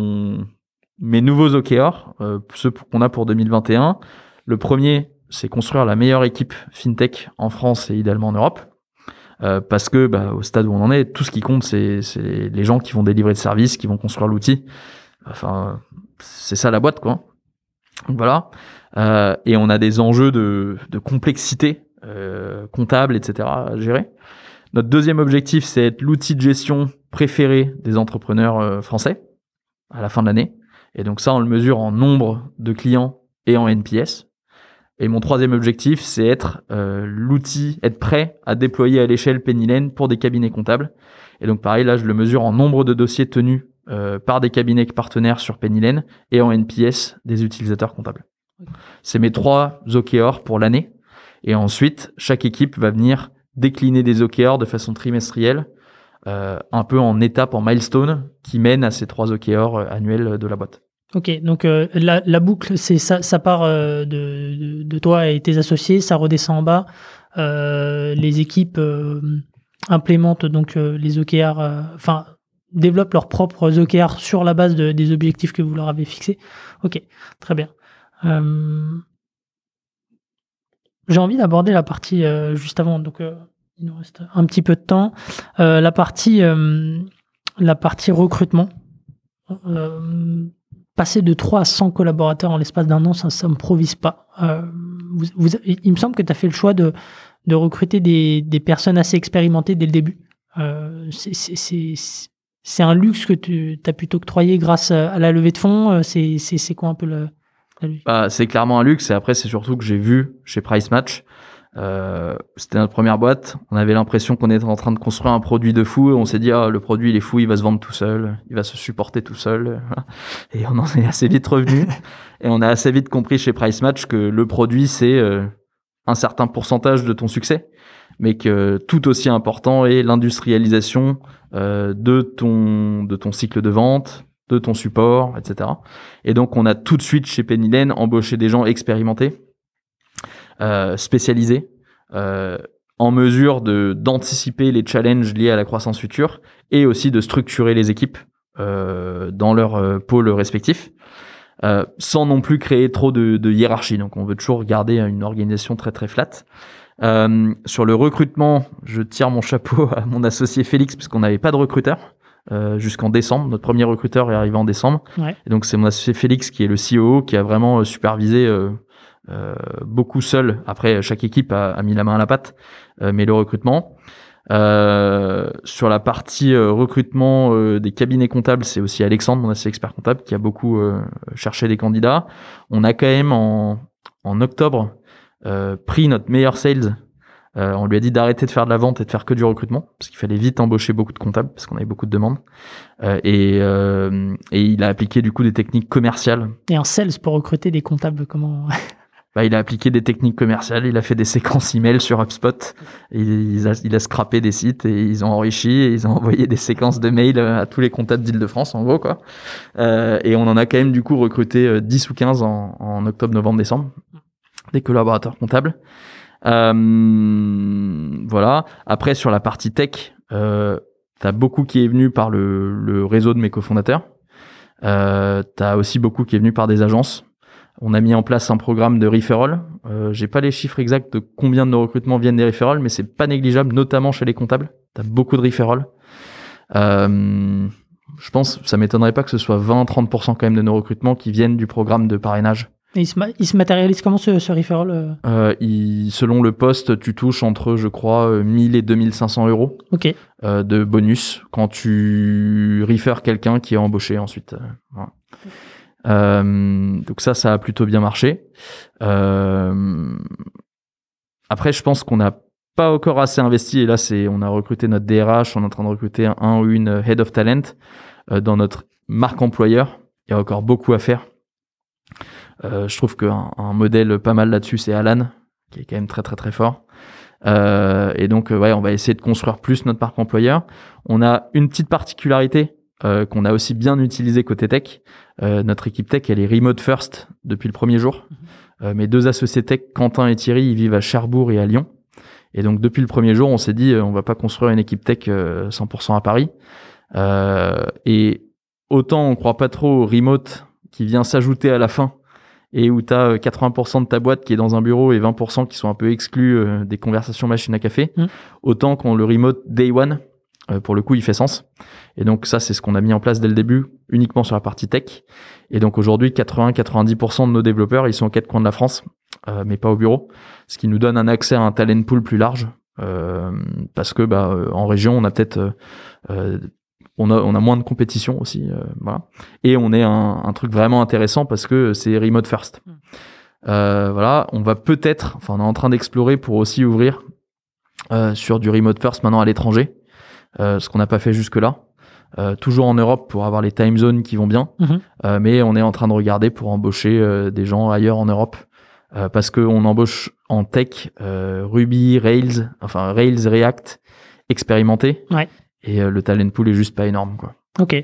mes nouveaux OKR, ceux qu'on a pour 2021, le premier, c'est construire la meilleure équipe FinTech en France et idéalement en Europe. Parce que au stade où on en est, tout ce qui compte, c'est les gens qui vont délivrer de services, qui vont construire l'outil. Enfin, c'est ça la boîte, quoi. Donc voilà. Et on a des enjeux de complexité comptable, etc. à gérer. Notre deuxième objectif, c'est être l'outil de gestion préféré des entrepreneurs français à la fin de l'année. Et donc ça, on le mesure en nombre de clients et en NPS. Et mon troisième objectif, c'est être prêt à déployer à l'échelle Penien pour des cabinets comptables. Et donc pareil, là, je le mesure en nombre de dossiers tenus par des cabinets partenaires sur Penien et en NPS des utilisateurs comptables. C'est mes 3 OKR pour l'année. Et ensuite, chaque équipe va venir décliner des OKR de façon trimestrielle, un peu en étapes, en milestone, qui mènent à ces 3 OKR annuels de la boîte. Ok, donc la boucle, c'est ça part de toi et tes associés, ça redescend en bas. Les équipes implémentent donc les OKR, développent leurs propres OKR sur la base des objectifs que vous leur avez fixés. Ok, très bien. J'ai envie d'aborder la partie juste avant, donc il nous reste un petit peu de temps. La partie recrutement. Passer de 3 à 100 collaborateurs en l'espace d'un an, ça n'improvise pas. Il me semble que tu as fait le choix de recruter des personnes assez expérimentées dès le début. C'est un luxe que tu as pu t'octroyer grâce à la levée de fonds. C'est quoi un peu la luxe? C'est clairement un luxe et après c'est surtout que j'ai vu chez PriceMatch, c'était notre première boîte, on avait l'impression qu'on était en train de construire un produit de fou et on s'est dit le produit il est fou, il va se vendre tout seul, il va se supporter tout seul, et on en est assez vite revenu et on a assez vite compris chez PriceMatch que le produit c'est un certain pourcentage de ton succès, mais que tout aussi important est l'industrialisation de ton cycle de vente, de ton support, etc. Et donc on a tout de suite chez Penien embauché des gens expérimentés, spécialisés, en mesure d'anticiper les challenges liés à la croissance future et aussi de structurer les équipes dans leur pôle respectif, sans non plus créer trop de hiérarchie. Donc on veut toujours garder une organisation très très flat. Sur le recrutement, je tire mon chapeau à mon associé Félix, puisqu'on n'avait pas de recruteur jusqu'en décembre. Notre premier recruteur est arrivé en décembre. Ouais. Et donc c'est mon associé Félix qui est le CEO, qui a vraiment supervisé beaucoup seul. Après, chaque équipe a mis la main à la pâte, mais le recrutement. Sur la partie recrutement des cabinets comptables, c'est aussi Alexandre, mon associé expert comptable, qui a beaucoup cherché des candidats. On a quand même en octobre pris notre meilleur sales. On lui a dit d'arrêter de faire de la vente et de faire que du recrutement, parce qu'il fallait vite embaucher beaucoup de comptables, parce qu'on avait beaucoup de demandes. Et il a appliqué du coup des techniques commerciales. Et en sales, pour recruter des comptables, comment... Il a appliqué des techniques commerciales, il a fait des séquences email sur HubSpot, il a scrappé des sites et ils ont enrichi et ils ont envoyé des séquences de mails à tous les comptables d'Île-de-France, en gros, quoi. Et on en a quand même du coup recruté 10 ou 15 en octobre, novembre, décembre, des collaborateurs comptables. Voilà. Après, sur la partie tech, t'as beaucoup qui est venu par le réseau de mes cofondateurs. T'as aussi beaucoup qui est venu par des agences. On a mis en place un programme de referral. J'ai pas les chiffres exacts de combien de nos recrutements viennent des referrals, mais c'est pas négligeable, notamment chez les comptables. T'as beaucoup de referrals. Je pense, ça m'étonnerait pas que ce soit 20-30% quand même de nos recrutements qui viennent du programme de parrainage. Et il se matérialise comment ce referral Selon le poste, tu touches entre, je crois, 1000 et 2500 euros Ok. De bonus quand tu refers quelqu'un qui est embauché ensuite. Voilà. Donc ça a plutôt bien marché. Après, je pense qu'on n'a pas encore assez investi. Et là, on a recruté notre DRH, on est en train de recruter un ou une Head of Talent dans notre marque employeur. Il y a encore beaucoup à faire. Je trouve qu'un modèle pas mal là-dessus, c'est Alan, qui est quand même très très très fort. Et donc, on va essayer de construire plus notre marque employeur. On a une petite particularité qu'on a aussi bien utilisé côté tech. Notre équipe tech, elle est remote first depuis le premier jour. Mes deux associés tech, Quentin et Thierry, ils vivent à Cherbourg et à Lyon. Et donc depuis le premier jour, on s'est dit on va pas construire une équipe tech 100% à Paris. Et autant on croit pas trop au remote qui vient s'ajouter à la fin et où tu as 80% de ta boîte qui est dans un bureau et 20% qui sont un peu exclus des conversations machine à café, autant quand le remote day one, pour le coup, il fait sens. Et donc ça, c'est ce qu'on a mis en place dès le début, uniquement sur la partie tech. Et donc aujourd'hui, 80-90% de nos développeurs, ils sont aux quatre coins de la France, mais pas au bureau, ce qui nous donne un accès à un talent pool plus large, parce que en région, on a peut-être on a moins de compétition aussi, voilà. Et on est un truc vraiment intéressant parce que c'est remote first. Voilà, on va peut-être, on est en train d'explorer pour aussi ouvrir sur du remote first maintenant à l'étranger. Ce qu'on n'a pas fait jusque-là. Toujours en Europe pour avoir les time zones qui vont bien. Mais on est en train de regarder pour embaucher des gens ailleurs en Europe. Parce qu'on embauche en tech Ruby, Rails, React expérimenté. Ouais. Et le talent pool est juste pas énorme, quoi. Ok,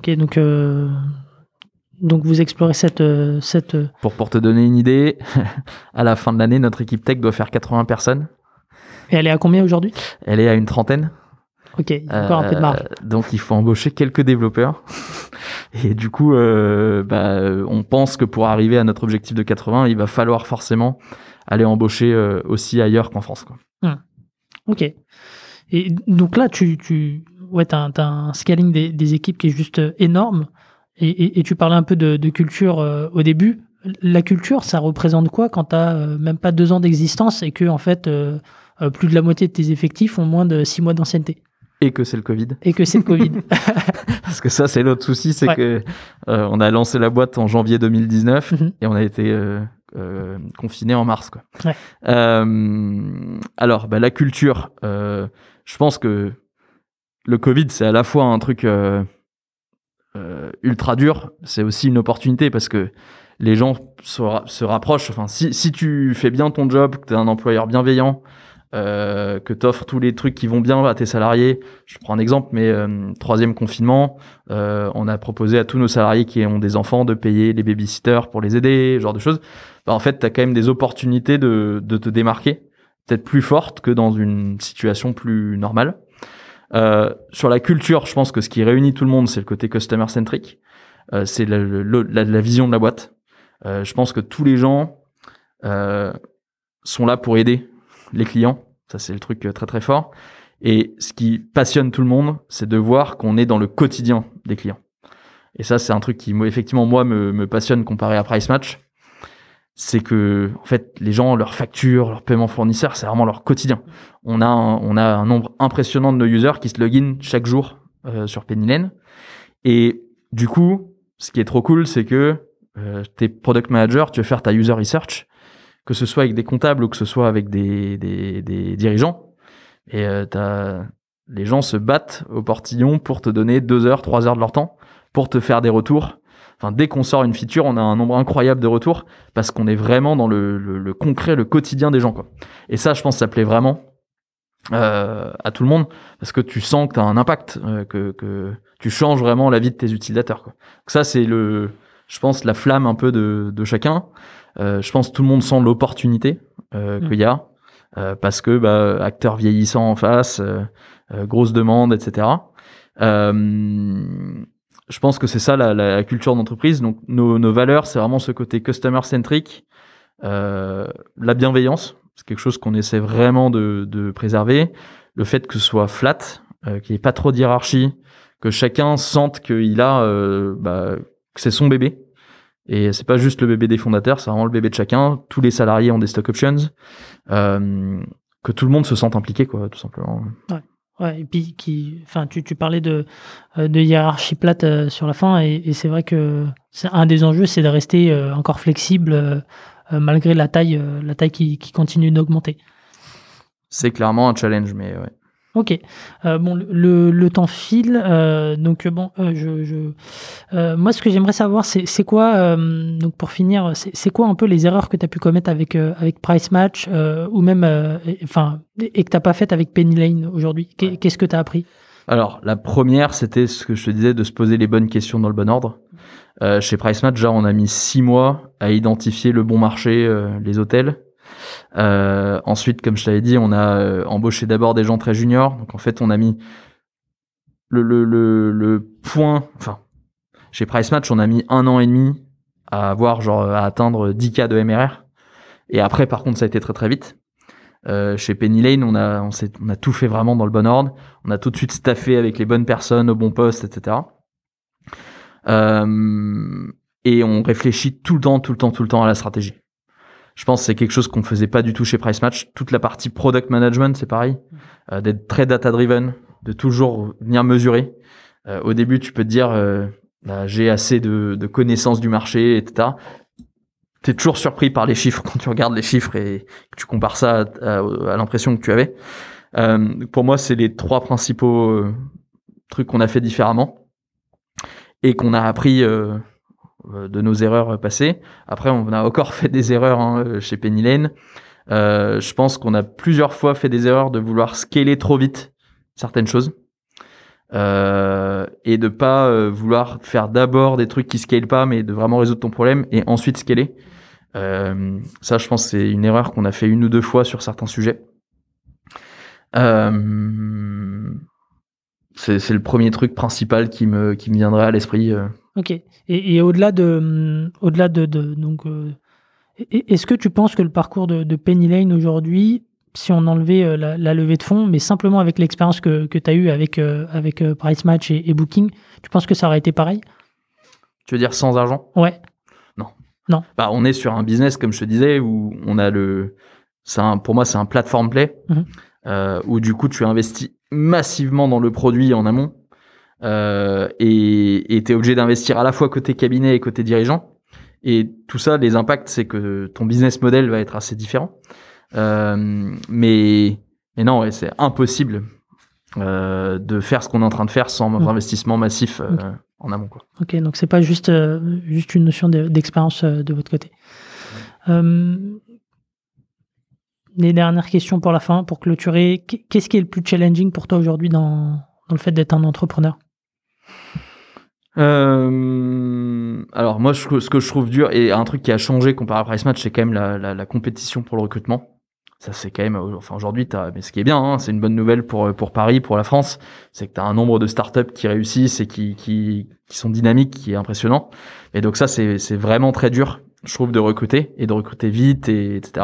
donc vous explorez cette... Pour te donner une idée, à la fin de l'année, notre équipe tech doit faire 80 personnes. Et elle est à combien aujourd'hui ? Elle est à une trentaine. Ok, encore un peu de marge. Donc il faut embaucher quelques développeurs. Et du coup, on pense que pour arriver à notre objectif de 80, il va falloir forcément aller embaucher aussi ailleurs qu'en France, quoi. Ok. Et donc là, t'as un scaling des équipes qui est juste énorme. Et tu parlais un peu de culture au début. La culture, ça représente quoi quand t'as même pas 2 ans d'existence et que en fait plus de la moitié de tes effectifs ont moins de 6 mois d'ancienneté? Et que c'est le Covid. Parce que ça, c'est l'autre souci, c'est que on a lancé la boîte en janvier 2019 et on a été confiné en mars, quoi. Ouais. Alors, la culture, je pense que le Covid, c'est à la fois un truc ultra dur, c'est aussi une opportunité parce que les gens se rapprochent. Enfin, si tu fais bien ton job, que tu es un employeur bienveillant, que t'offres tous les trucs qui vont bien à tes salariés. Je prends un exemple, mais 3e confinement, on a proposé à tous nos salariés qui ont des enfants de payer les babysitters pour les aider, ce genre de choses. En fait, t'as quand même des opportunités de te démarquer, peut-être plus fortes que dans une situation plus normale. Sur la culture, je pense que ce qui réunit tout le monde, c'est le côté customer centric. C'est la vision de la boîte. Je pense que tous les gens sont là pour aider les clients. Ça, c'est le truc très très fort. Et ce qui passionne tout le monde, c'est de voir qu'on est dans le quotidien des clients. Et ça, c'est un truc qui, effectivement, moi, me passionne comparé à Price Match. C'est que, en fait, les gens, leurs factures, leurs paiements fournisseurs, c'est vraiment leur quotidien. On a un nombre impressionnant de nos users qui se login chaque jour sur Penny Lane. Et du coup, ce qui est trop cool, c'est que t'es product manager, tu veux faire ta user research, que ce soit avec des comptables ou que ce soit avec des dirigeants. Et les gens se battent au portillon pour te donner 2 heures, 3 heures de leur temps, pour te faire des retours. Enfin, dès qu'on sort une feature, on a un nombre incroyable de retours parce qu'on est vraiment dans le concret, le quotidien des gens, quoi. Et ça, je pense, ça plaît vraiment à tout le monde parce que tu sens que tu as un impact, que tu changes vraiment la vie de tes utilisateurs, quoi. Donc ça, c'est je pense, la flamme un peu de chacun. Je pense que tout le monde sent l'opportunité qu'il y a parce que acteurs vieillissants en face, grosse demande, etc. Je pense que c'est ça la culture d'entreprise. Donc nos valeurs, c'est vraiment ce côté customer centric, la bienveillance, c'est quelque chose qu'on essaie vraiment de préserver. Le fait que ce soit flat, qu'il n'y ait pas trop de hiérarchie, que chacun sente qu'il a que c'est son bébé. Et c'est pas juste le bébé des fondateurs, c'est vraiment le bébé de chacun. Tous les salariés ont des stock options. Que tout le monde se sente impliqué, quoi, tout simplement. Ouais, et puis tu parlais de hiérarchie plate sur la fin, et c'est vrai que c'est un des enjeux, c'est de rester encore flexible malgré la taille qui continue d'augmenter. C'est clairement un challenge, mais ouais. Ok. Le temps file. Moi, ce que j'aimerais savoir, c'est quoi, donc pour finir, c'est quoi un peu les erreurs que tu as pu commettre avec Price Match ou même, et que tu n'as pas faites avec Penny Lane aujourd'hui. Qu'est-ce que tu as appris? Alors, la première, c'était ce que je te disais, de se poser les bonnes questions dans le bon ordre. Chez Price Match, on a mis 6 mois à identifier le bon marché, les hôtels. Ensuite, comme je t'avais dit, on a embauché d'abord des gens très juniors. Donc en fait, on a mis le point. Enfin, chez Price Match, on a mis 1 an et demi à à atteindre 10K de MRR. Et après, par contre, ça a été très très vite. Chez Penny Lane, on a tout fait vraiment dans le bon ordre. On a tout de suite staffé avec les bonnes personnes au bon poste, etc. Et on réfléchit tout le temps à la stratégie. Je pense que c'est quelque chose qu'on faisait pas du tout chez Price Match. Toute la partie product management, c'est pareil. D'être très data-driven, de toujours venir mesurer. Au début, tu peux te dire, j'ai assez de connaissances du marché, etc. T'es toujours surpris par les chiffres quand tu regardes les chiffres et que tu compares ça à l'impression que tu avais. Pour moi, c'est les 3 principaux trucs qu'on a fait différemment et qu'on a appris de nos erreurs passées. Après, on a encore fait des erreurs chez Penny Lane. Je pense qu'on a plusieurs fois fait des erreurs de vouloir scaler trop vite certaines choses et de pas vouloir faire d'abord des trucs qui scalent pas, mais de vraiment résoudre ton problème et ensuite scaler. Ça, je pense que c'est une erreur qu'on a fait 1 ou 2 fois sur certains sujets. C'est le premier truc principal qui me viendrait à l'esprit. Ok. Et au-delà de donc, est-ce que tu penses que le parcours de Penny Lane aujourd'hui, si on enlevait la levée de fonds, mais simplement avec l'expérience que tu as eue avec Price Match et Booking, tu penses que ça aurait été pareil? Tu veux dire sans argent? Ouais. Non. On est sur un business, comme je te disais, où on a pour moi, c'est un platform play, où du coup, tu investis massivement dans le produit en amont, et t'es obligé d'investir à la fois côté cabinet et côté dirigeant. Et tout ça, les impacts, c'est que ton business model va être assez différent. Mais non, ouais, c'est impossible de faire ce qu'on est en train de faire sans investissement massif en amont, quoi. Ok, donc c'est pas juste une notion d'expérience de votre côté. Les dernières questions pour la fin, pour clôturer. Qu'est-ce qui est le plus challenging pour toi aujourd'hui dans le fait d'être un entrepreneur? Alors moi, ce que je trouve dur et un truc qui a changé comparé à Price Match, c'est quand même la compétition pour le recrutement. Ça, c'est quand même, enfin, aujourd'hui, mais ce qui est bien, hein, c'est une bonne nouvelle pour Paris, pour la France, c'est que tu as un nombre de startups qui réussissent et qui sont dynamiques, qui est impressionnant. Et donc ça, c'est vraiment très dur, je trouve, de recruter vite, etc.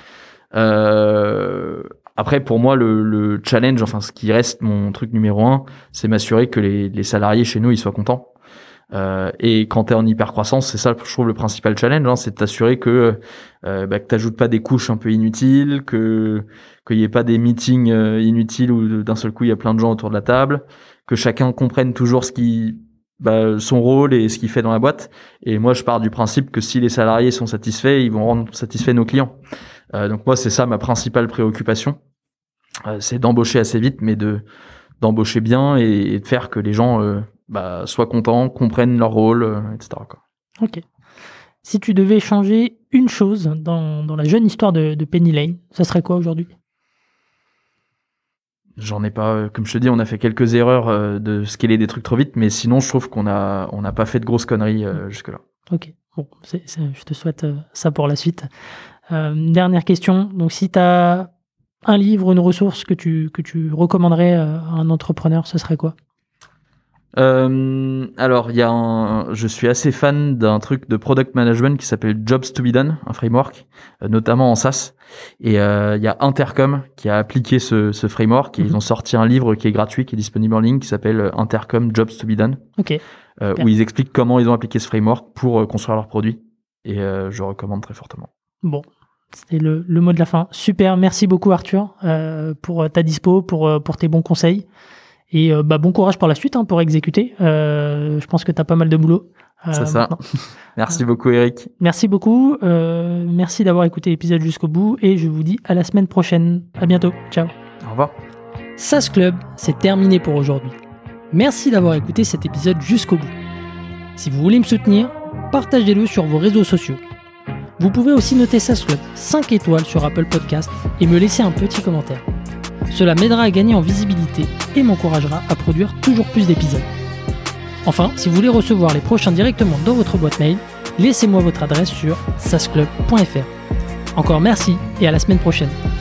Après, pour moi, le challenge, enfin, ce qui reste mon truc numéro 1, c'est m'assurer que les salariés chez nous, ils soient contents. Et quand t'es en hyper croissance, c'est ça, je trouve, le principal challenge, hein, c'est de t'assurer que t'ajoutes pas des couches un peu inutiles, qu'il y ait pas des meetings inutiles où d'un seul coup il y a plein de gens autour de la table, que chacun comprenne toujours son rôle et ce qu'il fait dans la boîte. Et moi, je pars du principe que si les salariés sont satisfaits, ils vont rendre satisfaits nos clients. Donc moi, c'est ça ma principale préoccupation, c'est d'embaucher assez vite, mais d'embaucher bien et de faire que les gens soient contents, comprennent leur rôle, etc. quoi. Ok. Si tu devais changer une chose dans la jeune histoire de Penny Lane, ça serait quoi aujourd'hui ? J'en ai pas, comme je te dis, on a fait quelques erreurs de scaler des trucs trop vite, mais sinon je trouve qu'on n'a pas fait de grosses conneries jusque-là. Ok, bon, je te souhaite ça pour la suite. Dernière question, donc si tu as un livre, une ressource que tu recommanderais à un entrepreneur, ce serait quoi ? Alors, je suis assez fan d'un truc de product management qui s'appelle Jobs to be Done, un framework, notamment en SaaS. Et il y a Intercom qui a appliqué ce framework et ils ont sorti un livre qui est gratuit, qui est disponible en ligne, qui s'appelle Intercom Jobs to be Done. Ok. Où ils expliquent comment ils ont appliqué ce framework pour construire leurs produits. Et je recommande très fortement. Bon, c'était le mot de la fin. Super, merci beaucoup Arthur pour ta dispo, pour tes bons conseils. Et bon courage pour la suite, pour exécuter. Je pense que tu as pas mal de boulot. C'est ça. Merci beaucoup Eric. Merci beaucoup. Merci d'avoir écouté l'épisode jusqu'au bout et je vous dis à la semaine prochaine. À bientôt. Ciao. Au revoir. SaaS Club, c'est terminé pour aujourd'hui. Merci d'avoir écouté cet épisode jusqu'au bout. Si vous voulez me soutenir, partagez-le sur vos réseaux sociaux. Vous pouvez aussi noter SaaS Club 5 étoiles sur Apple Podcast et me laisser un petit commentaire. Cela m'aidera à gagner en visibilité et m'encouragera à produire toujours plus d'épisodes. Enfin, si vous voulez recevoir les prochains directement dans votre boîte mail, laissez-moi votre adresse sur saasclub.fr. Encore merci et à la semaine prochaine.